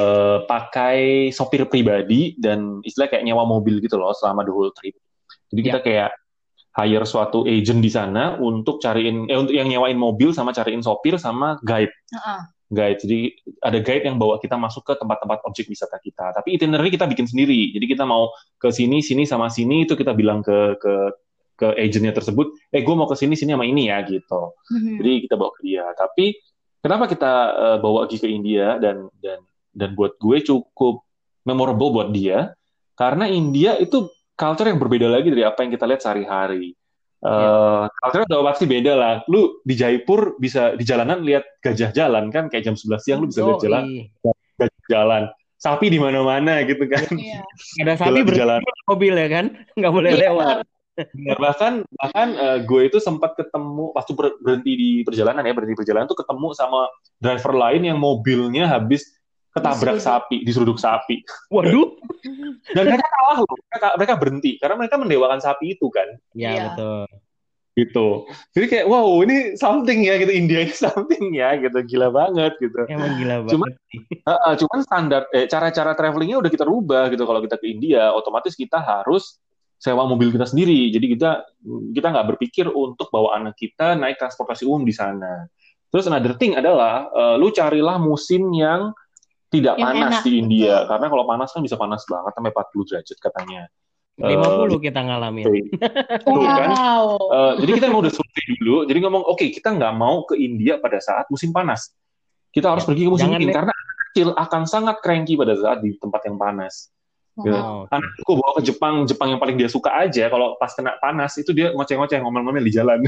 pakai sopir pribadi dan istilah kayak nyewa mobil gitu loh selama the whole trip. Jadi kita kayak hire suatu agent di sana untuk cariin, untuk yang nyewain mobil sama cariin sopir sama guide. Guide. Jadi ada guide yang bawa kita masuk ke tempat-tempat objek wisata kita. Tapi itinerary kita bikin sendiri. Jadi kita mau ke sini, sini sama sini itu kita bilang ke agentnya tersebut, gue mau ke sini, sini sama ini ya gitu. Jadi kita bawa ke dia. Tapi kenapa kita bawa pergi ke India dan buat gue cukup memorable buat dia karena India itu culture yang berbeda lagi dari apa yang kita lihat sehari-hari. Culture udah pasti beda lah. Lu di Jaipur bisa di jalanan lihat gajah jalan kan, kayak jam 11 siang lu bisa lihat gajah jalan. Sapi di mana-mana gitu kan. Ada sapi berjalan mobil ya kan, nggak boleh lewat. Bahkan gue itu sempat ketemu waktu berhenti di perjalanan tuh ketemu sama driver lain yang mobilnya habis ketabrak sapi, diseruduk sapi. Waduh. Dan mereka kalah loh, mereka berhenti karena mereka mendewakan sapi itu kan. Iya, betul. Gitu. Jadi kayak wow, ini something ya gitu, India ini something ya gitu, gila banget gitu. Emang gila banget. Cuman standar cara-cara travelingnya udah kita rubah gitu. Kalau kita ke India, otomatis kita harus sewa mobil kita sendiri. Jadi kita nggak berpikir untuk bawa anak kita naik transportasi umum di sana. Terus another thing adalah lu carilah musim yang tidak panas di India. Karena kalau panas kan bisa panas banget sampai 40 derajat katanya. 50 kita ngalamin. Tuh kan. Jadi kita emang udah survei dulu. Jadi ngomong oke, kita nggak mau ke India pada saat musim panas. Kita harus pergi ke musim dingin karena anak kecil akan sangat cranky pada saat di tempat yang panas. Anakku bawa ke Jepang yang paling dia suka aja, kalau pas kena panas itu dia ngoceh-ngoceh, ngomel-ngomel di jalan.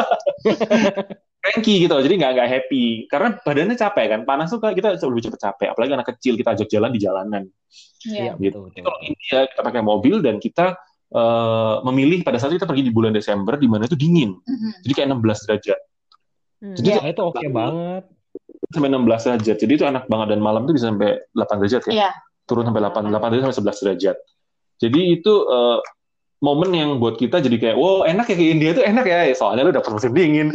Cranky gitu, jadi nggak happy. Karena badannya capek kan, panas tuh kita lebih cepat capek. Apalagi anak kecil kita ajak jalan di jalanan. Iya, gitu. Betul. Kalau India kita pakai mobil dan kita memilih pada saat kita pergi di bulan Desember di mana itu dingin. Jadi kayak 16 derajat. Jadi itu oke banget. Sampai 16 derajat. Jadi itu enak banget, dan malam itu bisa sampai 8 derajat ya. Turun sampai 8 derajat sampai 11 derajat. Jadi itu momen yang buat kita jadi kayak, wow enak ya ke India itu enak ya, soalnya lu dapet musim dingin.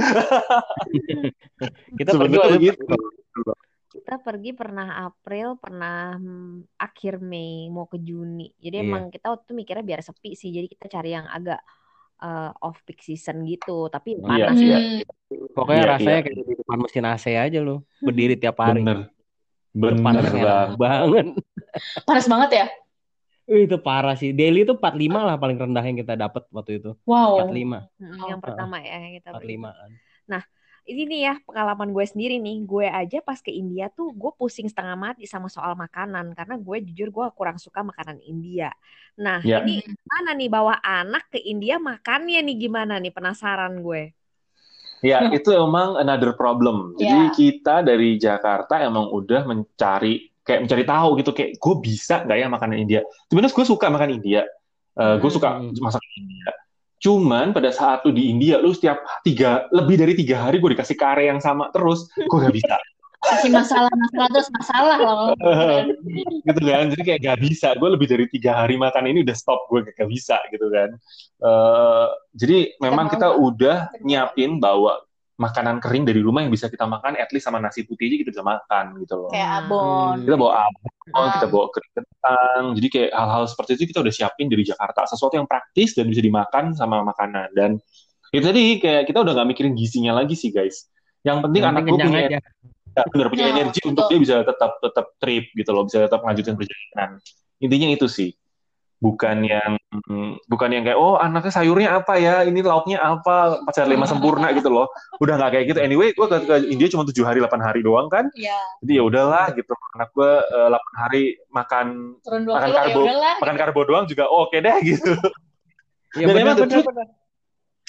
Kita pergi gitu. Kita pergi pernah April, pernah akhir Mei, mau ke Juni. Jadi emang kita waktu itu mikirnya biar sepi sih. Jadi kita cari yang agak off peak season gitu. Tapi panas ya. Pokoknya rasanya kayak di depan mesin AC aja lo, berdiri tiap hari. Bener banget. Panas banget ya? Itu parah sih. Delhi itu 45 lah paling rendah yang kita dapat waktu itu. Wow. 45. Yang pertama ya kita 45-an. Nah, ini nih ya pengalaman gue sendiri nih. Gue aja pas ke India tuh gue pusing setengah mati sama soal makanan. Karena gue jujur gue kurang suka makanan India. Nah, ini gimana nih bawa anak ke India makannya nih gimana nih? Penasaran gue. Ya, itu emang another problem. Jadi kita dari Jakarta emang udah mencari tahu gitu, kayak gue bisa nggak ya makanan India. Sebenarnya gue suka makan India, gue suka masak India. Cuman pada saat lu di India, lu setiap lebih dari 3 hari gue dikasih kare yang sama terus, gue nggak bisa. Kasih masalah terus masalah loh. Gitu kan, jadi kayak nggak bisa. Gue lebih dari 3 hari makan ini udah stop, gue nggak bisa gitu kan. Jadi memang kita udah nyiapin bawa makanan kering dari rumah yang bisa kita makan, at least sama nasi putih aja kita bisa makan gitu loh. Kayak abon. Kita bawa abon, kita bawa kering kentang. Jadi kayak hal-hal seperti itu kita udah siapin dari Jakarta, sesuatu yang praktis dan bisa dimakan sama makanan. Dan itu tadi kayak kita udah nggak mikirin gizinya lagi sih guys. Yang penting anak gue punya energi untuk dia bisa tetap trip gitu loh, bisa tetap lanjutin perjalanan. Intinya itu sih. Bukan yang kayak anaknya sayurnya apa ya, ini lauknya apa, 4 5 sempurna gitu loh. Udah nggak kayak gitu. Anyway, gue ke India cuma 7 hari 8 hari doang kan. Jadi ya udahlah gitu. Anak gue 8 hari makan karbo doang juga oke deh gitu. Ya, dan bener.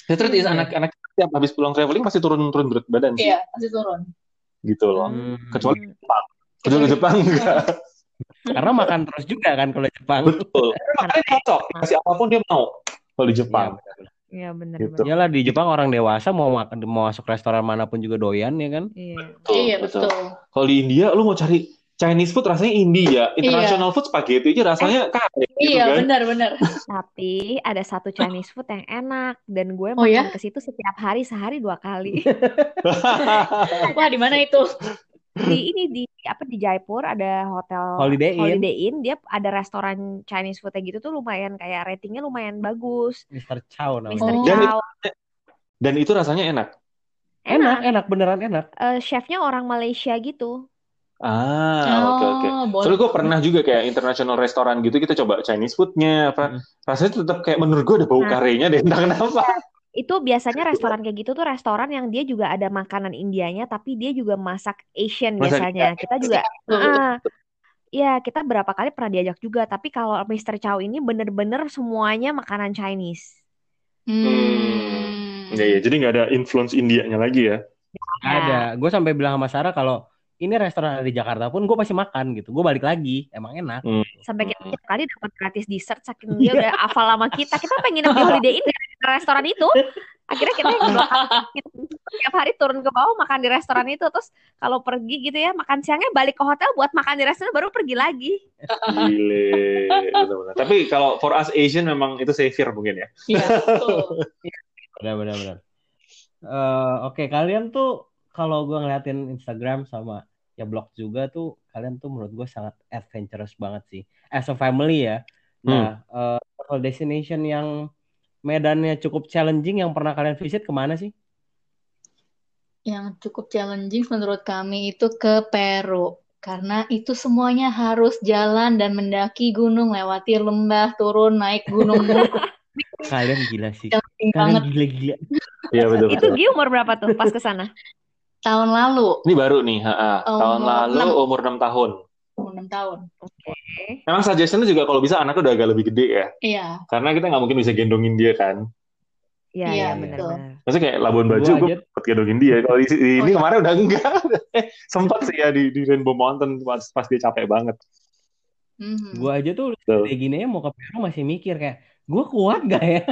The truth is Iya. anak-anak tiap habis pulang traveling pasti turun berat badan sih, Iya, pasti turun. gitu loh. Kecuali Hmm. Jepang. Kecuali Jepang enggak. Karena makan terus juga kan kalau Jepang. Betul. Makanya cocok. Kasih apapun dia mau kalau di Iya, Jepang. benar. Iya benar Gitu. benar. Iyalah di Jepang orang dewasa mau makan mau masuk restoran manapun juga doyan ya kan. Iya. Iya, betul. Kalau di India lu mau cari Chinese food rasanya India, international food spaghetti aja rasanya kayak gitu Iya, kan. benar-benar. Tapi ada satu Chinese food yang enak dan gue Oh ya? makan ke situ setiap hari, sehari 2 kali. Wah, di mana itu? Di Jaipur ada hotel Holiday Inn. Inn, dia ada restoran Chinese food kayak gitu tuh lumayan kayak ratingnya lumayan bagus. Mr. Chow namanya. Mr. Oh. Chow. Dan itu rasanya enak. Enak, beneran enak. Chefnya orang Malaysia gitu. Oke. boleh. Soalnya gue pernah juga kayak international restoran gitu, kita coba Chinese foodnya apa, rasanya tetap kayak menurut gue ada bau karenya deh, entah kenapa. Itu biasanya restoran kayak gitu tuh restoran yang dia juga ada makanan Indianya, tapi dia juga masak Asian biasanya. Kita juga, ya kita berapa kali pernah diajak juga. Tapi kalau Mr. Chow ini bener-bener semuanya makanan Chinese. Iya, jadi nggak ada influence Indianya lagi ya. Nggak ada. Gue sampai bilang sama Sarah kalau ini restoran ada di Jakarta pun gue pasti makan gitu. Gue balik lagi, emang enak. Sampai kita tiap kali dapat gratis dessert saking dia udah hafal lama kita. Kita pengen nginep di Holiday Inn di restoran itu. Akhirnya kita yang 2 kali tiap hari turun ke bawah makan di restoran itu. Terus kalau pergi gitu ya makan siangnya balik ke hotel buat makan di restoran baru pergi lagi. Gile, benar-benar. Tapi kalau for us Asian memang itu savior mungkin ya. Iya, betul. Benar. Oke, kalian tuh kalau gue ngeliatin Instagram sama ya blog juga tuh kalian tuh menurut gue sangat adventurous banget sih as a family ya. Nah, travel destination yang medannya cukup challenging yang pernah kalian visit kemana sih? Yang cukup challenging menurut kami itu ke Peru. Karena itu semuanya harus jalan dan mendaki gunung, lewati lembah, turun, naik gunung. Kalian gila sih. Challenging Kalian banget. gila. Iya betul. Itu Gi umur berapa tuh pas ke sana? Tahun lalu. Ini baru nih, tahun lalu umur 6 tahun. Umur 6 tahun. Oke. Memang suggestion-nya juga kalau bisa anaknya udah agak lebih gede ya. Iya. Karena kita nggak mungkin bisa gendongin dia kan. Iya, betul. benar. Maksudnya kayak Labuan Bajo Gua gue aja- sempat gendongin dia. Kalau di ini kemarin udah enggak. Sempat sih ya di Rainbow Mountain pas dia capek banget. Gue aja tuh Betul. kayak gini mau ke Peru masih mikir kayak gue kuat gak ya?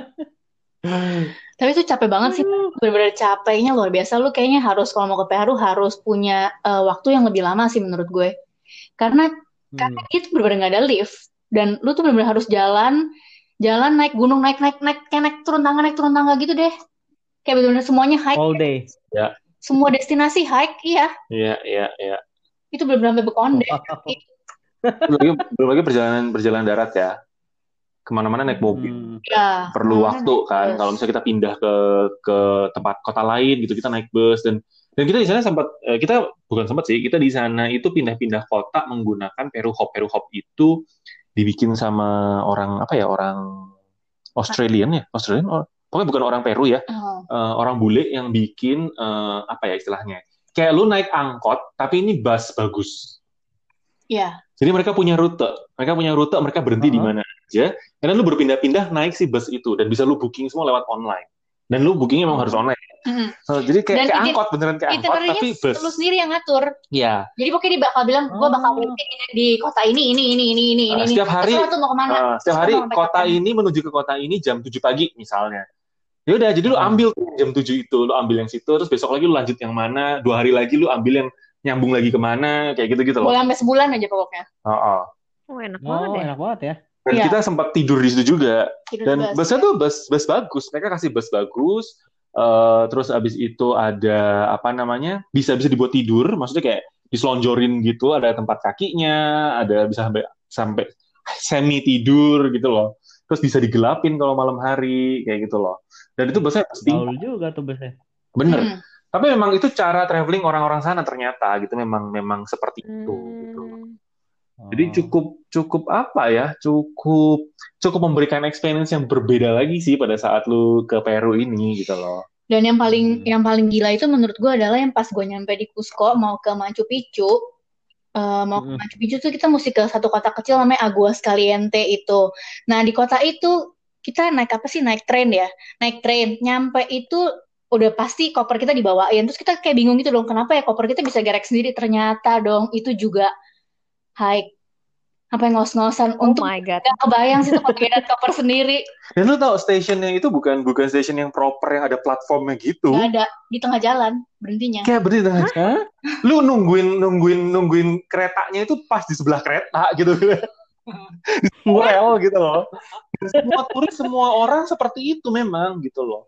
Tapi itu capek banget sih. Bener-bener capeknya luar biasa. Lu kayaknya harus kalau mau ke Peru harus punya waktu yang lebih lama sih menurut gue. Karena itu bener-bener nggak ada lift. Dan lu tuh bener-bener harus jalan naik gunung, naik turun tangga gitu deh. Kayak bener-bener semuanya hike. All day. Ya. Semua destinasi hike, iya. Iya. Itu bener-bener sampai bekonde. Belum lagi perjalanan darat ya. Kemana-mana naik mobil. Ya, Perlu waktu kan. Kalau misalnya kita pindah ke tempat kota lain gitu, kita naik bus dan kita di sana kita di sana itu pindah-pindah kota menggunakan Peru Hop. Peru Hop itu dibikin sama orang Australian, pokoknya bukan orang Peru ya, orang bule yang bikin istilahnya kayak lu naik angkot tapi ini bus bagus. Iya. Jadi mereka punya rute, mereka berhenti di mana aja, karena lu berpindah-pindah naik si bus itu dan bisa lu booking semua lewat online. Dan lu bookingnya memang harus online. Jadi kayak angkot, beneran kayak angkot, tapi bus. Lu sendiri yang ngatur. Iya. Jadi pokoknya dia bakal bilang, gue bakal berhenti di kota ini. Setiap hari, mau kemana? Setiap hari kota ini menuju ke kota ini jam 7 pagi misalnya. Ya udah, jadi lu ambil jam 7 itu, lu ambil yang situ, terus besok lagi lu lanjut yang mana, 2 hari lagi lu ambil yang nyambung lagi kemana, kayak gitu-gitu loh. Boleh sampai sebulan aja pokoknya. Enak banget ya. Enak banget ya. Dan kita sempat tidur di situ juga. Dan busnya tuh bus bagus. Mereka kasih bus bagus. Terus abis itu ada bisa dibuat tidur. Maksudnya kayak diselonjorin gitu. Ada tempat kakinya. Ada bisa sampai semi tidur gitu loh. Terus bisa digelapin kalau malam hari kayak gitu loh. Dan itu busnya pasti. Gaul juga tuh busnya. Bener. Tapi memang itu cara traveling orang-orang sana ternyata gitu. Memang seperti itu. Gitu. Jadi cukup memberikan experience yang berbeda lagi sih pada saat lu ke Peru ini gitu loh. Dan yang paling gila itu menurut gue adalah yang pas gue nyampe di Cusco mau ke Machu Picchu. Ke Machu Picchu tuh kita mesti ke satu kota kecil namanya Aguascalientes itu. Nah di kota itu kita naik apa sih? Naik train ya. Naik train. Nyampe itu udah pasti koper kita dibawain. Terus kita kayak bingung gitu dong. Kenapa ya koper kita bisa gerek sendiri? Ternyata dong itu juga hike. Sampai ngos-ngosan. Oh Untung my God. gak kebayang sih tuh pakai koper sendiri. Dan lu tahu stationnya itu bukan station yang proper yang ada platformnya gitu. Gak ada. Di tengah jalan berhentinya. Kayak berdiri tengah jalan. Lu nungguin keretanya itu pas di sebelah kereta gitu. Di rel gitu loh. Semua turis, semua orang seperti itu memang gitu loh.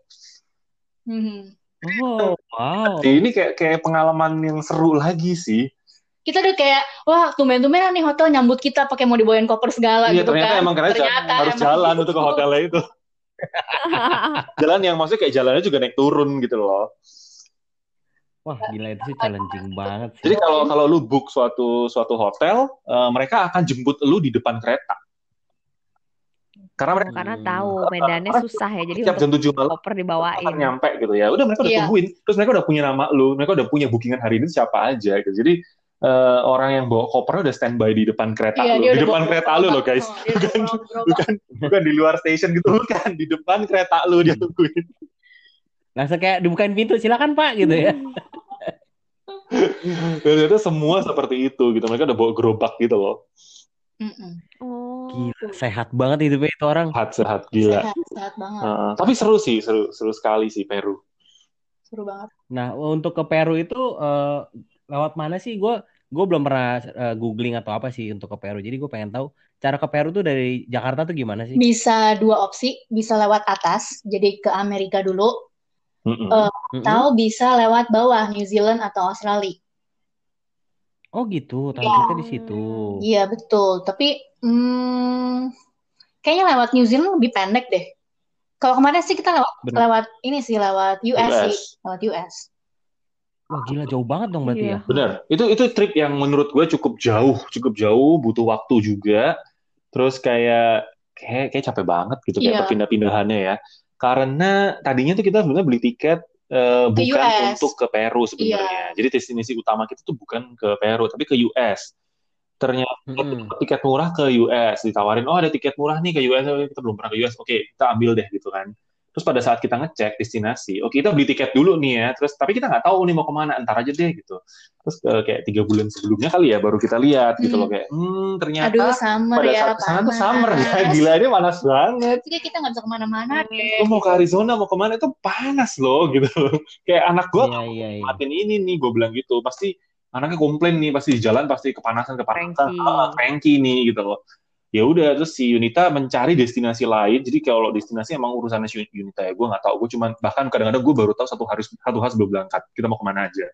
Oh, wow. Ini kayak pengalaman yang seru lagi sih. Kita udah kayak, wah tumben-tumbenan nih hotel nyambut kita pakai mau dibawain koper segala Iya, gitu ternyata kan. emang karena harus emang jalan gitu. untuk ke hotelnya itu. Jalan yang maksudnya kayak jalannya juga naik turun gitu loh. Wah, gila itu sih challenging banget sih. Jadi kalau lu book suatu hotel, mereka akan jemput lu di depan kereta. Karena mereka Karena tahu medannya susah ya, jadi setiap jam 7 malam koper akan dibawain. nyampe gitu ya. Udah mereka udah tungguin. Terus mereka udah punya nama lu, mereka udah punya bookingan hari ini siapa aja gitu. Jadi orang yang bawa kopernya udah standby di depan kereta lu. Di depan kereta lu loh guys. Bukan di luar stasiun gitu, bukan. Di depan kereta lu dia tungguin. Langsung kayak dibukain pintu, silakan Pak gitu ya. Dan itu semua seperti itu gitu. Mereka udah bawa gerobak gitu loh. Gila, sehat banget hidupnya itu orang. Sehat gila. Sehat banget. Tapi seru sih, seru sekali sih Peru. Seru banget. Nah, untuk ke Peru itu lewat mana sih? Gue belum pernah googling atau apa sih untuk ke Peru. Jadi gue pengen tahu cara ke Peru tuh dari Jakarta tuh gimana sih? Bisa 2 opsi, bisa lewat atas, jadi ke Amerika dulu, atau bisa lewat bawah, New Zealand atau Australia. Oh gitu, transitnya di situ. Iya betul, tapi kayaknya lewat New Zealand lebih pendek deh. Kalau kemarin sih kita lewat ini sih, lewat US sih, lewat US. Wah gila, jauh banget dong berarti ya. Benar, itu trip yang menurut gue cukup jauh, butuh waktu juga. Terus kayak capek banget gitu kayak perpindah-pindahannya ya. Karena tadinya tuh kita sebenarnya beli tiket bukan untuk ke Peru sebenarnya. Jadi destinasi utama kita tuh bukan ke Peru tapi ke US. Ternyata tiket murah ke US, ditawarin, oh ada tiket murah nih ke US, kita belum pernah ke US, oke kita ambil deh gitu kan. Terus pada saat kita ngecek destinasi, oke kita beli tiket dulu nih ya, terus tapi kita nggak tahu nih mau kemana, entar aja deh gitu. Terus kayak 3 bulan sebelumnya kali ya baru kita lihat gitu loh, kayak ternyata pada saat kesana tuh summer ya, gila ini panas banget. Jadi kita nggak bisa kemana-mana deh. Lu mau ke Arizona mau kemana itu panas loh gitu. Kayak anak gue matiin ini nih, gue bilang gitu, pasti anaknya komplain nih, pasti di jalan pasti kepanasan cranky nih gitu loh. Ya udah, terus si Yunita mencari destinasi lain. Jadi kalau destinasi emang urusannya si Yunita ya, gue nggak tahu. Gue cuman bahkan kadang-kadang gue baru tahu satu hari sebelum berangkat kita mau kemana aja.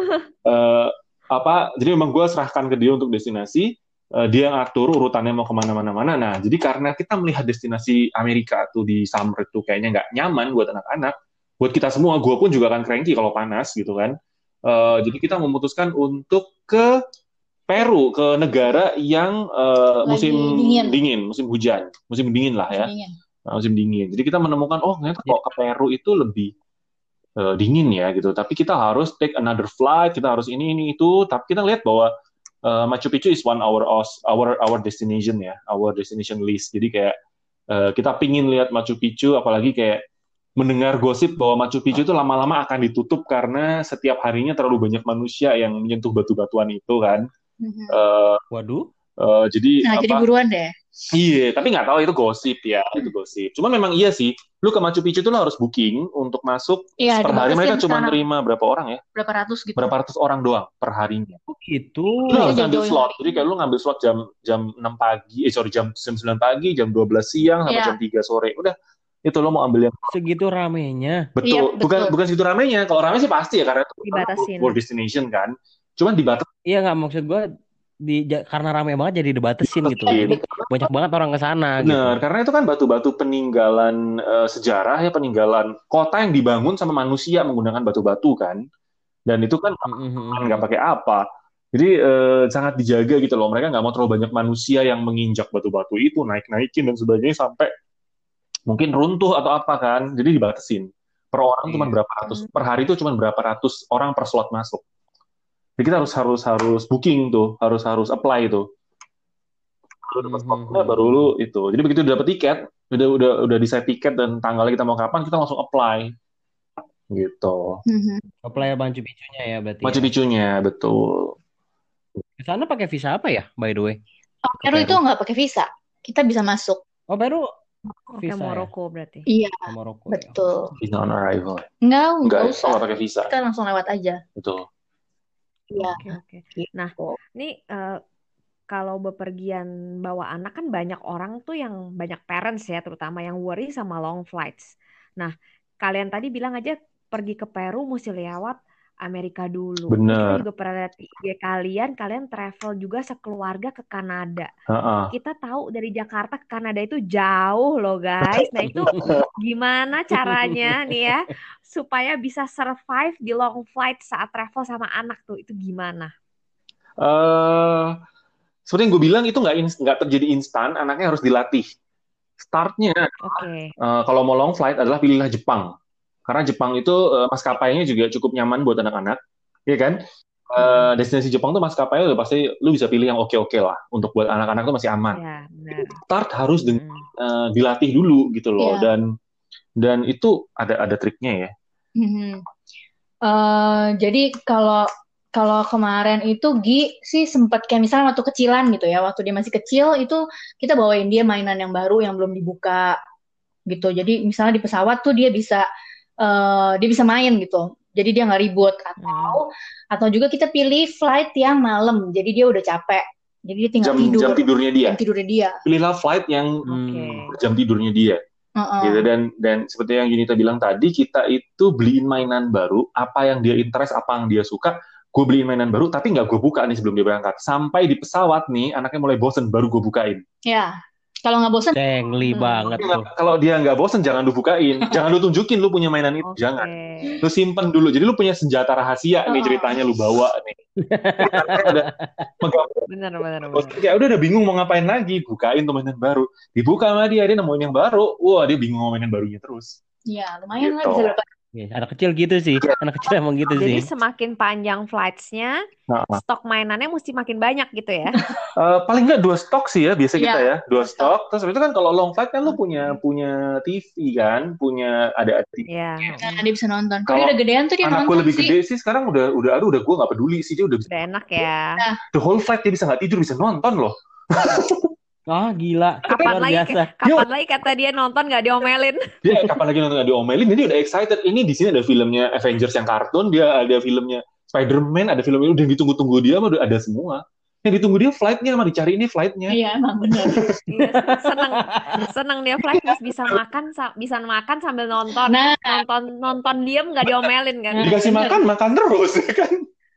Jadi memang gue serahkan ke dia untuk destinasi. Dia ngatur urutannya mau kemana-mana. Nah, jadi karena kita melihat destinasi Amerika tuh di summer itu kayaknya nggak nyaman buat anak-anak, buat kita semua, gue pun juga akan cranky kalau panas gitu kan. Jadi kita memutuskan untuk ke Peru, ke negara yang musim dingin, musim hujan, musim dingin lah ya, musim dingin. Jadi kita menemukan, oh ternyata kok ke Peru itu lebih dingin ya gitu. Tapi kita harus take another flight, kita harus ini itu. Tapi kita lihat bahwa Machu Picchu is one our destination ya, our destination list. Jadi kayak kita pingin lihat Machu Picchu, apalagi kayak mendengar gosip bahwa Machu Picchu itu lama-lama akan ditutup karena setiap harinya terlalu banyak manusia yang menyentuh batu-batuan itu kan. Waduh. Jadi buruan deh. Iya, tapi nggak tahu itu gosip ya, itu gosip. Cuma memang iya sih, lu ke Machu Picchu tuh lu harus booking untuk masuk. Per hari mereka cuma nerima berapa orang ya? Berapa ratus gitu. Berapa ratus orang doang per harinya. Oh gitu. Lu harus ngambil slot. Jadi kayak lu ngambil slot jam 6 pagi, jam 9 pagi, jam 12 siang sampai jam 3 sore. Udah, itu lo mau ambil yang segitu ramenya. Betul. Bukan segitu ramenya. Kalau rame sih pasti ya, karena itu world destination kan. Cuman dibatasi. Iya, nggak, maksud gue karena ramai banget jadi dibatasin gitu. Jadi banyak banget orang ke sana. Benar, gitu. Karena itu kan batu-batu peninggalan sejarah ya, peninggalan kota yang dibangun sama manusia menggunakan batu-batu kan. Dan itu kan nggak pakai apa. Jadi sangat dijaga gitu loh. Mereka nggak mau terlalu banyak manusia yang menginjak batu-batu itu, naik-naikin dan sebagainya sampai mungkin runtuh atau apa kan. Jadi dibatasin. Per orang cuma berapa ratus, per hari itu cuma berapa ratus orang per slot masuk. Jadi kita harus booking tuh, harus apply tuh. Lu dapat slotnya baru lu itu. Jadi begitu udah dapat tiket, udah decide tiket dan tanggalnya kita mau kapan, kita langsung apply gitu. Apply Machu Picchunya ya berarti Machu ya. Picchunya betul. Di sana pakai visa apa ya, by the way? Ke Peru itu Peru. nggak pakai visa. Kita bisa masuk. Oh, Peru Oke, visa ya? Moroko berarti. Iya, Ke Maroko ya. betul. Visa on arrival. Nggak Enggak usah. nggak pakai visa. Kita langsung lewat aja. Betul. Iya. Oke. Nah, Gitu. ini kalau bepergian bawa anak kan banyak orang tuh yang banyak parents ya, terutama yang worry sama long flights. Nah, kalian tadi bilang aja pergi ke Peru mesti lewat Amerika dulu. Terus kita Bener. juga pernah lihat di IG kalian travel juga sekeluarga ke Kanada. Ha-ha. Kita tahu dari Jakarta ke Kanada itu jauh loh guys. Nah itu gimana caranya nih ya supaya bisa survive di long flight saat travel sama anak tuh, itu gimana? Seperti yang gue bilang itu nggak terjadi instan, anaknya harus dilatih. Startnya Oke. kalau mau long flight adalah pilihlah Jepang, karena Jepang itu maskapainya juga cukup nyaman buat anak-anak, ya kan? Destinasi Jepang tuh maskapainya udah pasti lu bisa pilih yang oke-oke lah untuk buat anak-anak tuh masih aman. Ya, benar. Start harus dilatih dulu gitu loh, Iya. dan itu ada triknya ya. Jadi kalau kemarin itu Gi sih sempat kayak misalnya waktu kecilan gitu ya, waktu dia masih kecil itu kita bawain dia mainan yang baru yang belum dibuka gitu. Jadi misalnya di pesawat tuh dia bisa main gitu. Jadi dia nggak ribut atau juga kita pilih flight yang malam. Jadi dia udah capek. Jadi dia tinggal tidur. Jam tidurnya dia. Jam tidurnya dia. Pilihlah flight yang jam tidurnya dia. Gitu. Dan seperti yang Junita bilang tadi, kita itu beliin mainan baru, apa yang dia interest, apa yang dia suka, gue beliin mainan baru, tapi nggak gue buka nih sebelum dia berangkat. Sampai di pesawat nih, anaknya mulai bosen, baru gue bukain. Ya, kalau nggak bosen. Cengli banget tuh. Kalau dia nggak bosen, jangan lu bukain. Jangan lu tunjukin lu punya mainan itu, jangan. Lu simpen dulu. Jadi lu punya senjata rahasia nih ceritanya lu bawa nih. Benar. Ya udah bingung mau ngapain lagi, bukain tuh mainan baru. Dibuka sama dia nemuin yang baru. Wah, dia bingung mau mainan barunya terus. Iya, lumayan lah Gitu. bisa dapat. Anak kecil gitu sih. Anak kecil emang gitu Jadi sih. semakin panjang flights-nya, stok mainannya mesti makin banyak gitu ya. Paling nggak 2 stok sih ya biasa kita ya. 2 stok. Terus itu kan kalau long flight kan lu punya TV kan, punya ada TV. Iya. Nah, dia bisa nonton. Kalau udah gedean tuh dia anak nonton gue lebih sih. gede sih sekarang udah gue nggak peduli sih, dia udah bisa. Udah enak ya. The whole flight dia bisa nggak tidur, bisa nonton loh. Ah, gila. Kapan Luar biasa. lagi kata dia nonton nggak diomelin? Dia kapan lagi nonton nggak diomelin, jadi udah excited. Ini di sini ada filmnya Avengers yang kartun, dia ada filmnya Spider-Man, ada filmnya udah ditunggu-tunggu dia mah udah ada semua. Yang ditunggu dia flightnya, mah dicari ini flightnya. Iya, emang benar. Iya, seneng dia flight terus bisa makan sambil nonton. Nah, nonton diem nggak diomelin kan? Dikasih makan terus kan.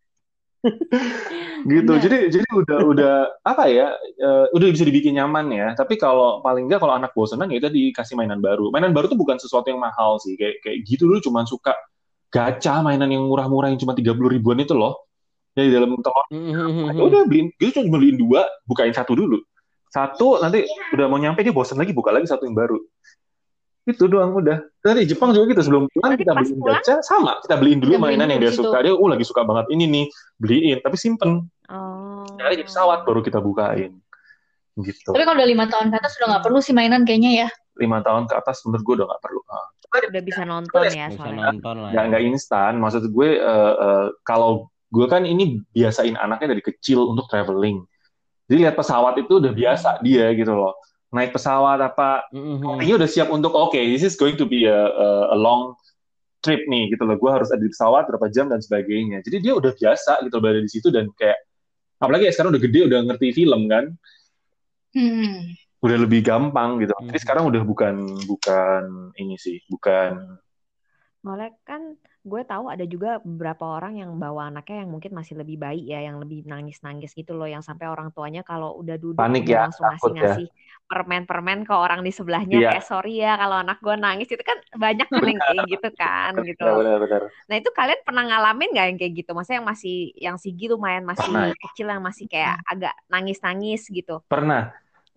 Gitu. Bener. Jadi udah apa ya? Udah bisa dibikin nyaman ya. Tapi kalau paling nggak kalau anak bosenan ya itu dikasih mainan baru. Mainan baru tuh bukan sesuatu yang mahal sih. Kayak gitu dulu cuma suka gacha mainan yang murah-murah yang cuma 30 ribuan itu loh. Ya di dalam telur. Ya udah beliin, gitu cuma beliin 2, bukain 1 dulu. 1 nanti udah mau nyampe dia bosen lagi, buka lagi 1 yang baru. Itu doang udah. Dari Jepang juga gitu, sebelum pulang kita beliin gacha, sama kita beliin dulu mainan yang dia suka. Dia lagi suka banget ini nih, beliin tapi simpen. Dari di pesawat baru kita bukain. Gitu. Tapi kalau udah 5 tahun ke atas udah nggak perlu sih mainan kayaknya ya. 5 tahun ke atas menurut gue udah nggak perlu. Udah bisa nonton ya soalnya. Nggak instan. Maksud gue kalau gue kan ini biasain anaknya dari kecil untuk traveling. Jadi lihat pesawat itu udah biasa dia gitu loh. Naik pesawat apa, ini udah siap untuk this is going to be a long trip nih gitu loh. Gue harus ada di pesawat berapa jam dan sebagainya. Jadi dia udah biasa gitu berada di situ dan kayak apalagi ya sekarang udah gede, udah ngerti film kan. Udah lebih gampang gitu. Jadi sekarang udah bukan ini sih, bukan. Soalnya kan gue tahu ada juga beberapa orang yang bawa anaknya yang mungkin masih lebih bayi ya, yang lebih nangis-nangis gitu loh, yang sampai orang tuanya kalau udah duduk panik udah ya, langsung ngasih permen-permen ke orang di sebelahnya, kayak sorry ya kalau anak gue nangis, itu kan banyak yang kayak gitu kan gitu. Benar. Nah itu kalian pernah ngalamin nggak yang kayak gitu? Maksudnya yang masih yang Sigi lumayan masih kecil yang masih kayak agak nangis-nangis gitu? Pernah.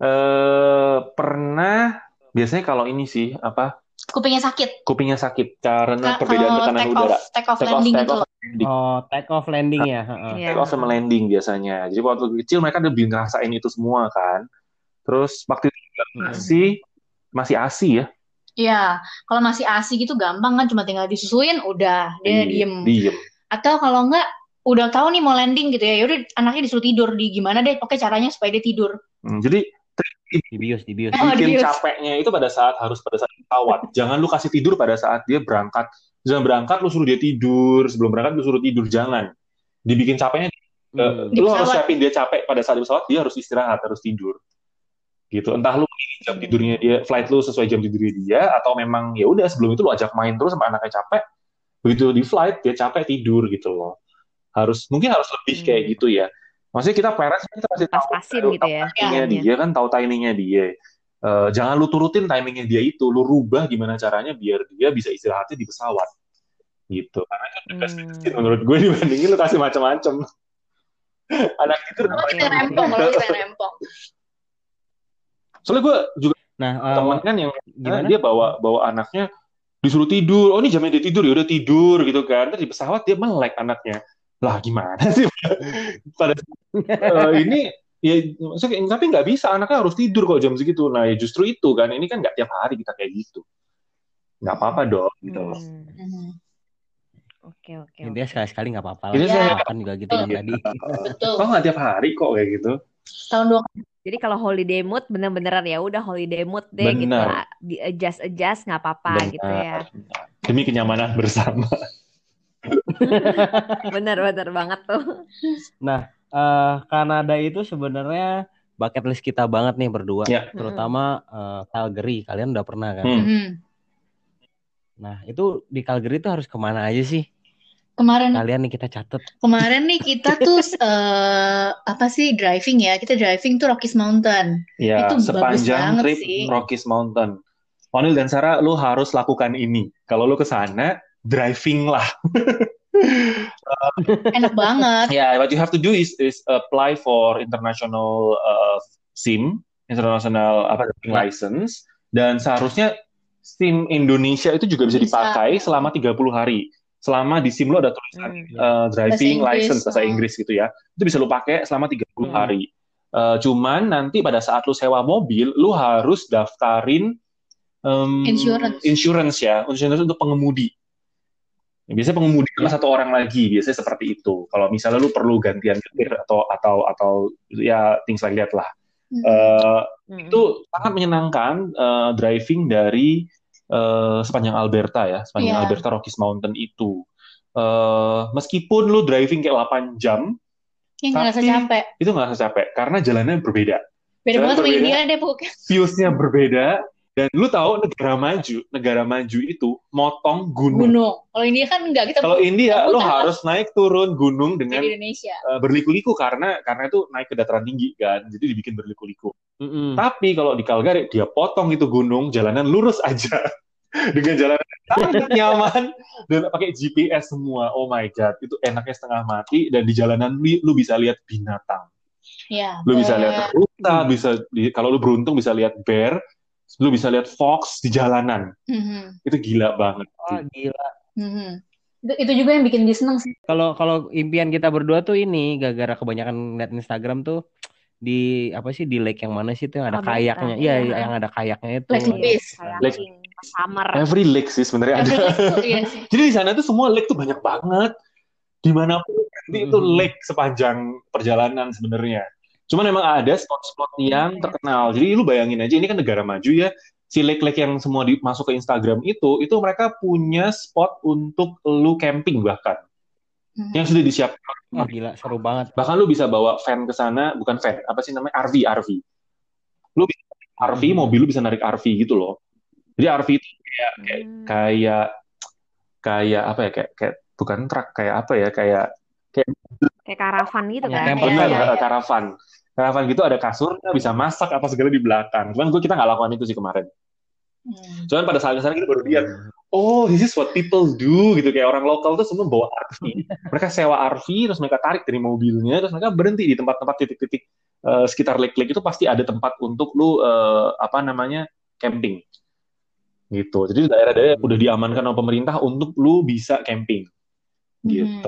Biasanya kalau ini sih apa? Kupingnya sakit karena perbedaan tekanan udara. Take off landing itu loh. Take off landing ya. Take off sama landing biasanya. Jadi waktu kecil mereka lebih ngerasain itu semua kan. Terus waktu itu juga masih ASI ya. Iya, kalau masih ASI gitu gampang kan, cuma tinggal disusuin, udah dia diem. Atau kalau enggak, udah tahu nih mau landing gitu ya, yaudah anaknya disuruh tidur, di gimana deh, pokoknya caranya supaya dia tidur. Jadi Dibius. bikin capeknya itu harus pada saat pesawat. Jangan lu kasih tidur pada saat dia berangkat. Jangan berangkat lu suruh dia tidur, sebelum berangkat lu suruh tidur, jangan. Dibikin capeknya, lu harus siapin dia capek pada saat di pesawat, dia harus istirahat, harus tidur. Gitu. Entah lu jam tidurnya dia, flight lu sesuai jam tidurnya dia, atau memang ya udah sebelum itu lu ajak main terus sampai anaknya capek. Begitu di flight dia capek tidur gitu loh. Mungkin harus lebih kayak gitu ya. Maksudnya kita parents kita pasti tahu gitu ya. timingnya dia kan, tahu timingnya dia. Jangan lu turutin timingnya dia itu, lu rubah gimana caranya biar dia bisa istirahatnya di pesawat. Gitu. Karena itu menurut gue dibandingin lu kasih macam-macam. Anak itu kalau kita rempong. Soalnya gue juga temen kan yang dia bawa anaknya disuruh tidur. Oh ini jamnya dia tidur, ya udah tidur gitu kan. Terus di pesawat dia melek anaknya. Lah gimana sih? Pada ini ya maksudnya, tapi nggak bisa, anaknya harus tidur kok jam segitu. Nah ya justru itu kan, ini kan nggak tiap hari kita kayak gitu. Nggak apa-apa dong gitu loh. Oke. Dia sekali-sekali nggak apa-apa lah. Ya. Makan juga gitu kan tadi. Betul. Kok nggak tiap hari kok kayak gitu? Tahun 2 kali. Jadi kalau holiday mood bener-beneran ya udah holiday mood deh. Bener. Gitu, di adjust nggak apa-apa gitu ya. Demi kenyamanan bersama. Bener banget tuh. Nah, Kanada itu sebenarnya bucket list kita banget nih berdua, terutama Calgary. Kalian udah pernah kan? Nah, itu di Calgary itu harus kemana aja sih? Kalian nih kita catat. Kemarin nih kita tuh driving ya. Kita driving tuh Rockies Mountain. Ya, itu sepanjang trip sih. Rockies Mountain. Onil dan Sarah, lu harus lakukan ini. Kalau lu ke sana, driving lah. Enak banget. Yeah, what you have to do is apply for international SIM, international driving license, dan seharusnya SIM Indonesia itu juga bisa dipakai selama 30 hari. Selama di SIM lo ada tulisan driving license bahasa Inggris gitu ya. Itu bisa lo pakai selama 30 hari. Cuman nanti pada saat lo sewa mobil, lo harus daftarin insurance ya. Insurance untuk pengemudi. Biasanya pengemudi sama satu orang lagi, biasanya seperti itu. Kalau misalnya lu perlu gantian gear atau ya things like that lah. Itu sangat menyenangkan driving dari sepanjang Alberta ya, Alberta Rockies Mountain itu. Meskipun lu driving kayak 8 jam, nggak rasa capek. Itu nggak rasa capek karena jalannya berbeda. Beda banget sama India deh pokoknya. Viewsnya berbeda. Dan lu tahu negara maju itu motong gunung. Kalau India kan enggak, kita. Kalau India lu harus naik turun gunung dengan Indonesia. Berliku-liku karena itu naik ke dataran tinggi kan, jadi dibikin berliku-liku. Tapi kalau di Calgary dia potong itu gunung, jalanan lurus aja dengan jalanan sangat nyaman dan pakai GPS semua. Oh my god, itu enaknya setengah mati dan di jalanan lu bisa lihat binatang. Ya. Lu bisa lihat rusa, kalau lu beruntung bisa lihat bear. Lu bisa lihat fox di jalanan. Itu gila banget. Oh, gila. Itu juga yang bikin dia seneng sih. Kalau impian kita berdua tuh ini gara-gara kebanyakan lihat Instagram tuh di lake yang mana sih tuh yang ada kayaknya. Iya, yang ada kayaknya itu. Lake summer. Every lake sih sebenarnya ada. Jadi di sana tuh semua lake tuh banyak banget. Dimanapun itu lake sepanjang perjalanan sebenarnya. Cuman memang ada spot-spot yang terkenal. Jadi lu bayangin aja, ini kan negara maju ya. Si lake-lake yang semua masuk ke Instagram itu mereka punya spot untuk lu camping bahkan. Yang sudah disiapkan. Oh gila, seru banget. Bahkan lu bisa bawa van ke sana, bukan van, apa sih namanya? RV. Lu bisa RV, mobil lu bisa narik RV gitu loh. Jadi RV itu kayak apa ya? Kayak bukan truk, kayak apa ya? Kayak karavan gitu kan? Benar, karavan gitu, ada kasurnya, bisa masak apa segala di belakang. Cuman kita nggak lakukan itu sih kemarin. Cuman pada saat kesana kita baru lihat, oh this is what people do gitu, kayak orang lokal tuh semua bawa RV. Mereka sewa RV, terus mereka tarik dari mobilnya, terus mereka berhenti di tempat-tempat titik-titik sekitar lake-lake itu pasti ada tempat untuk lu camping. Gitu. Jadi daerah-daerah udah diamankan sama pemerintah untuk lu bisa camping. Gitu.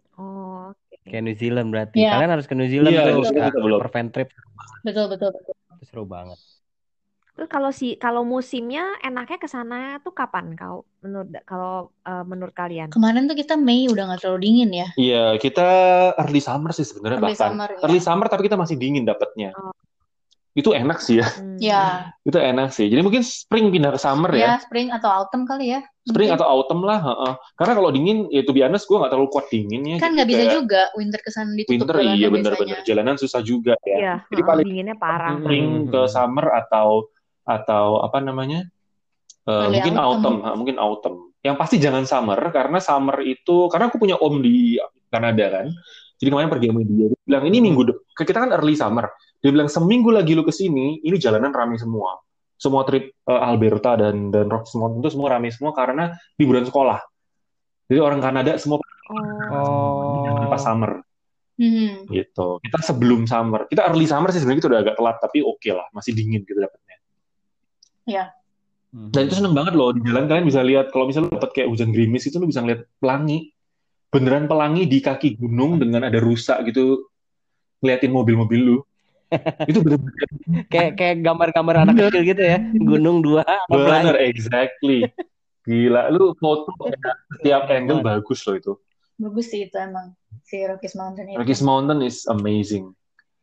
Oh, kayak New Zealand berarti. Kalian harus ke New Zealand tuh, per fan trip. Betul. Itu seru banget. Terus kalau musimnya enaknya ke sana tuh kapan menurut kalian? Kemarin tuh kita Mei udah nggak terlalu dingin ya. Iya, kita early summer sih sebenarnya Early bahkan. summer ya. Early summer tapi kita masih dingin dapatnya. Oh. Itu enak sih ya. Ya, Itu enak sih. Jadi mungkin spring pindah ke summer ya ya. spring atau autumn kali ya. Spring Mungkin. atau autumn lah. Karena kalau dingin, ya to be honest, gue nggak terlalu kuat dinginnya. Kan gitu. nggak bisa Kayak juga winter kesana ditutup winter, jalannya iya biasanya. benar-benar. Jalanan susah juga ya. Iya, Jadi paling dinginnya parah. spring ke summer atau apa namanya? Early Mungkin autumn. mungkin autumn. Yang pasti jangan summer, karena summer itu, karena aku punya om di Kanada kan. Jadi kemarin pergi sama dia bilang, ini minggu depan, kita kan early summer. Dia bilang, seminggu lagi lu kesini, ini jalanan ramai semua. Semua trip Alberta dan Rocky Mountain itu semua ramai semua karena liburan sekolah. Jadi orang Kanada semua pas summer. Gitu. Kita sebelum summer. Kita early summer sih sebenarnya kita udah agak telat, tapi oke lah, masih dingin gitu dapatnya. Ya. Dan itu seneng banget loh, di jalan kalian bisa lihat, kalau misalnya dapat kayak hujan gerimis itu, lu bisa ngeliat pelangi. Beneran pelangi di kaki gunung dengan ada rusa gitu, ngeliatin mobil-mobil lu. Itu bener-bener kayak gambar-gambar anak kecil gitu ya, gunung 2 bener, exactly. Gila, lu foto setiap angle bagus loh itu. Bagus sih itu emang, si Rockies Mountain itu. Rockies Mountain is amazing.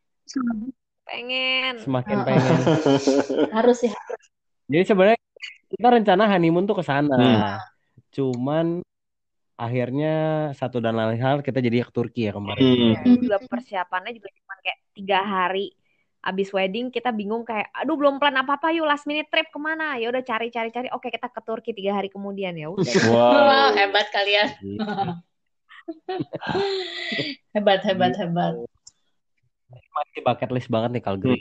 Semakin pengen. Harus sih. Jadi sebenarnya kita rencana honeymoon tuh ke sana. Cuman akhirnya satu dan lain hal kita jadi ke Turki ya kemarin. Juga persiapannya juga cuma kayak 3 hari abis wedding, kita bingung kayak aduh belum plan apa-apa, yuk last minute trip kemana, ya udah cari oke kita ke Turki 3 hari kemudian, ya udah. Wow, hebat kalian. hebat masih bucket list banget nih Calgary.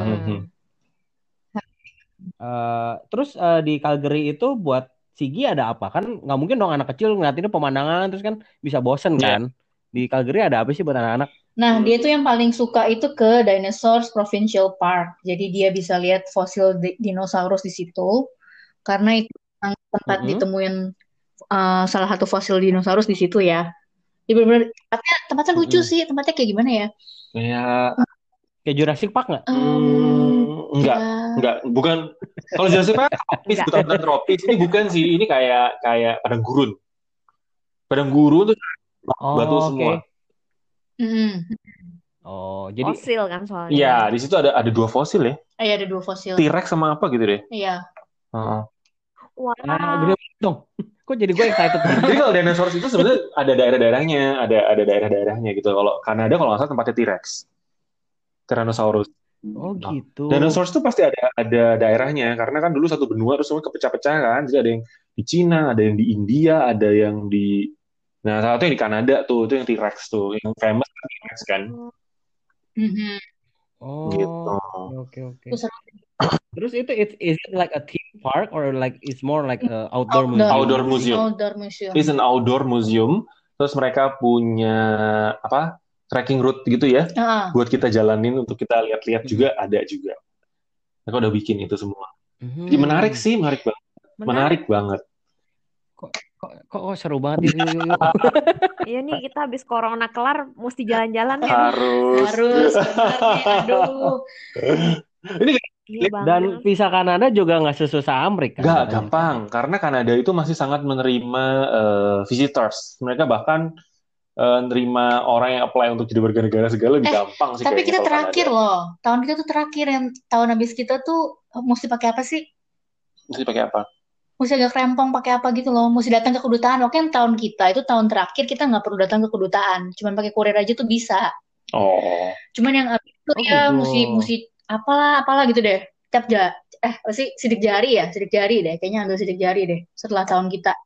Terus di Calgary itu buat Sigi ada apa? Kan nggak mungkin dong anak kecil ngeliatinnya pemandangan terus kan bisa bosen kan. Di Calgary ada apa sih buat anak-anak? Nah, dia tuh yang paling suka itu ke Dinosaurs Provincial Park. Jadi dia bisa lihat fosil dinosaurus di situ. Karena itu tempat ditemuin salah satu fosil dinosaurus di situ ya. Jadi benar-benar tempatnya lucu sih. Tempatnya kayak gimana ya? Kayak Jurassic Park nggak? Enggak, bukan. Kalau Jurassic Park tropis, bukan tropis. Ini bukan sih, ini kayak padang gurun. Padang gurun tuh batu semua. Jadi fosil kan soalnya. Iya, di situ ada 2 fosil ya. Iya, ada 2 fosil. T-Rex sama apa gitu deh. Iya. Wah, gede dong. Kok jadi gue excited? Jadi kalau dinosaurus itu sebenarnya ada daerah-daerahnya, ada daerah-daerahnya gitu. Kalau Kanada kalau nggak salah tempatnya T-Rex. Tyrannosaurus. Oh gitu. Dinosaurus itu pasti ada daerahnya karena kan dulu satu benua terus semua kepecah-pecah kan. Jadi ada yang di Cina, ada yang di India, ada yang di salah satu yang di Kanada tuh, itu yang T-Rex tuh, yang famous T-Rex kan. Gitu. Oke. Terus itu is it like a theme park or like it's more like a outdoor museum? Outdoor museum. It's an outdoor museum. Terus mereka punya trekking route gitu ya, buat kita jalanin untuk kita lihat-lihat juga ada juga. Mereka udah bikin itu semua. Jadi menarik sih, menarik banget. Kok seru banget itu. Iya nih kita habis corona kelar mesti jalan-jalan ya. Harus aduh. Ini dan visa Kanada juga nggak sesusah Amerika. Nggak gampang, karena Kanada itu masih sangat menerima visitors. Mereka bahkan nerima orang yang apply untuk jadi warga negara segala lebih gampang sih. Tapi kita terakhir loh, tahun kita tuh terakhir, yang tahun habis kita tuh mesti pakai apa sih? Mesti pakai apa? Mesti agak krempong pakai apa gitu loh, mesti datang ke kedutaan. Oke, yang tahun kita itu tahun terakhir kita nggak perlu datang ke kedutaan, cuman pakai kurir aja tuh bisa. Cuman yang abis itu ya mesti apalah gitu deh. Sidik jari deh, kayaknya ambil sidik jari deh setelah tahun kita.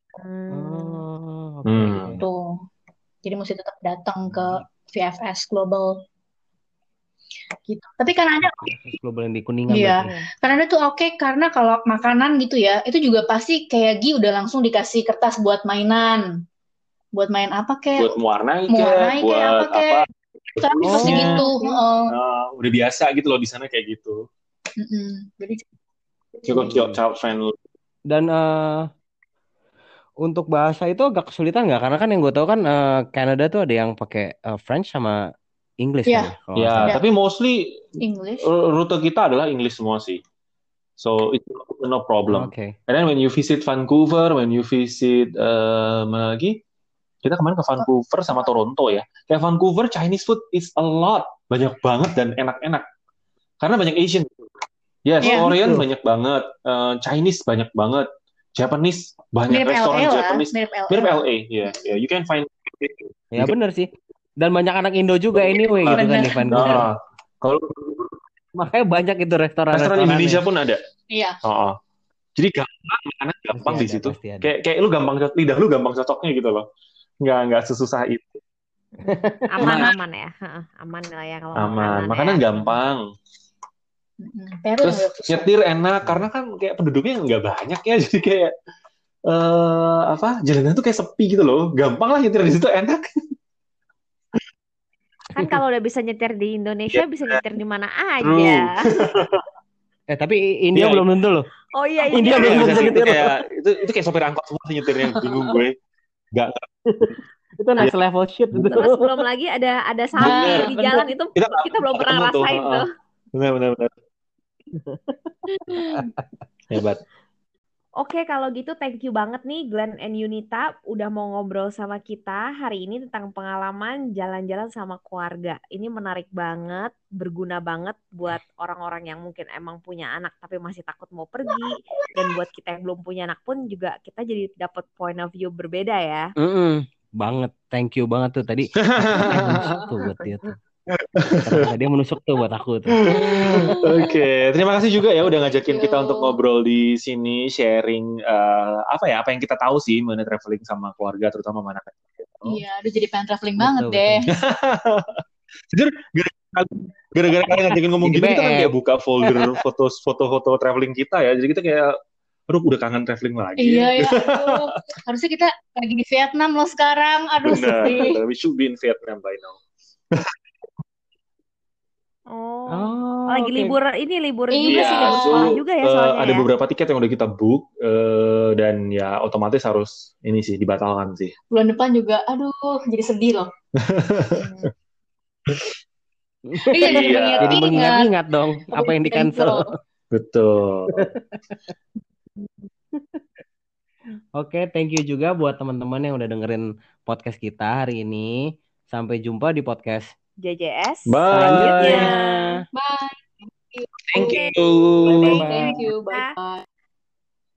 Tuh. Jadi mesti tetap datang ke VFS Global gitu. Tapi Kanada Global yang di Kuningan. Iya. Kanada tuh oke karena kalau makanan gitu ya, itu juga pasti kayak udah langsung dikasih kertas buat mainan. Buat main apa kayak? Buat mewarnai buat apa kayak? Tapi pasti gitu. Udah biasa gitu loh di sana kayak gitu. Jadi cukup child friendly. Dan untuk bahasa itu agak kesulitan nggak? Karena kan yang gue tahu kan Kanada tuh ada yang pakai French sama English Iya. kan ya kalau nggak Ya, salah. Ya. tapi mostly English. rute kita adalah English semua sih. So it's no problem. Oke. And then when you visit Vancouver, when you visit mana lagi? Kita kemarin ke Vancouver sama Toronto ya. Kayak Vancouver Chinese food is a lot, banyak banget dan enak-enak. Karena banyak Asian. Yes, Iya. Korean Betul. banyak banget, Chinese banyak banget, Japanese banyak Mirip restoran LA lah. Japanese. Mirip Mirip LA. LA, ya, yeah. You can find. Ya You can- bener sih. Dan banyak anak Indo juga anyway gitu kan Bener. di Vancouver. Nah, kalau Makanya banyak itu restoran restoran-restorannya. Indonesia pun ada. Iya. Oh. Jadi gampang, makanan gampang Pasti di ada, situ. pasti ada. Kayak lu gampang lidah lu gampang cocoknya gitu loh. Nggak sesusah itu. Aman ya. Heeh, aman lah ya kalau Aman. makanan Makanan ya. gampang. Peru Terus yang susah. nyetir enak karena kan kayak penduduknya nggak banyak ya, jadi kayak jalanan tuh kayak sepi gitu loh. Gampang lah nyetir di situ, enak. Kan kalau udah bisa nyetir di Indonesia bisa nyetir di mana True. aja. Tapi India Iya. belum tentu loh. Oh iya India belum Iya, bisa itu nyetir. kayak itu kayak sopir angkot semua sih nyetirnya, bingung gue. Nggak. Itu next level shit itu. Terus belum lagi ada sapi Bener. di jalan itu kita belum pernah ketemu tuh, rasain tuh. Benar. Hebat. Oke, kalau gitu thank you banget nih Glenn and Yunita udah mau ngobrol sama kita hari ini tentang pengalaman jalan-jalan sama keluarga. Ini menarik banget, berguna banget buat orang-orang yang mungkin emang punya anak tapi masih takut mau pergi. Dan buat kita yang belum punya anak pun juga kita jadi dapat point of view berbeda ya. Banget, thank you banget tuh tadi. Menusuk tuh buat dia tuh. Ternyata dia menusuk tuh buat aku tuh. Oke, terima kasih juga ya udah ngajakin kita untuk ngobrol di sini, sharing apa yang kita tahu sih mengenai traveling sama keluarga, terutama sama anak. Iya, udah jadi pengen traveling Betul, banget betul. deh. Jujur, gara-gara kalian ngajakin ngomong Jadi gini, kita kan BM. kayak buka folder foto-foto traveling kita ya. Jadi kita kayak, aduh udah kangen traveling lagi. Iya ya, aduh. Harusnya kita lagi di Vietnam loh sekarang. Aduh, sedih. Benar, we should be in Vietnam by now. Oh, lagi oke. libur ini libur Iya, juga sih libur so, sekolah juga ya soalnya ada ya. beberapa tiket yang udah kita book dan ya otomatis harus ini sih dibatalkan sih. Bulan depan juga, aduh, jadi sedih loh. Iya, Iya. Jadi ingat. mengingat-ingat dong apa yang di cancel. Betul. Oke, thank you juga buat teman-teman yang udah dengerin podcast kita hari ini. Sampai jumpa di podcast JJS Bye. selanjutnya. Bye. Thank Oke. you. Bye-bye. Thank you. Bye.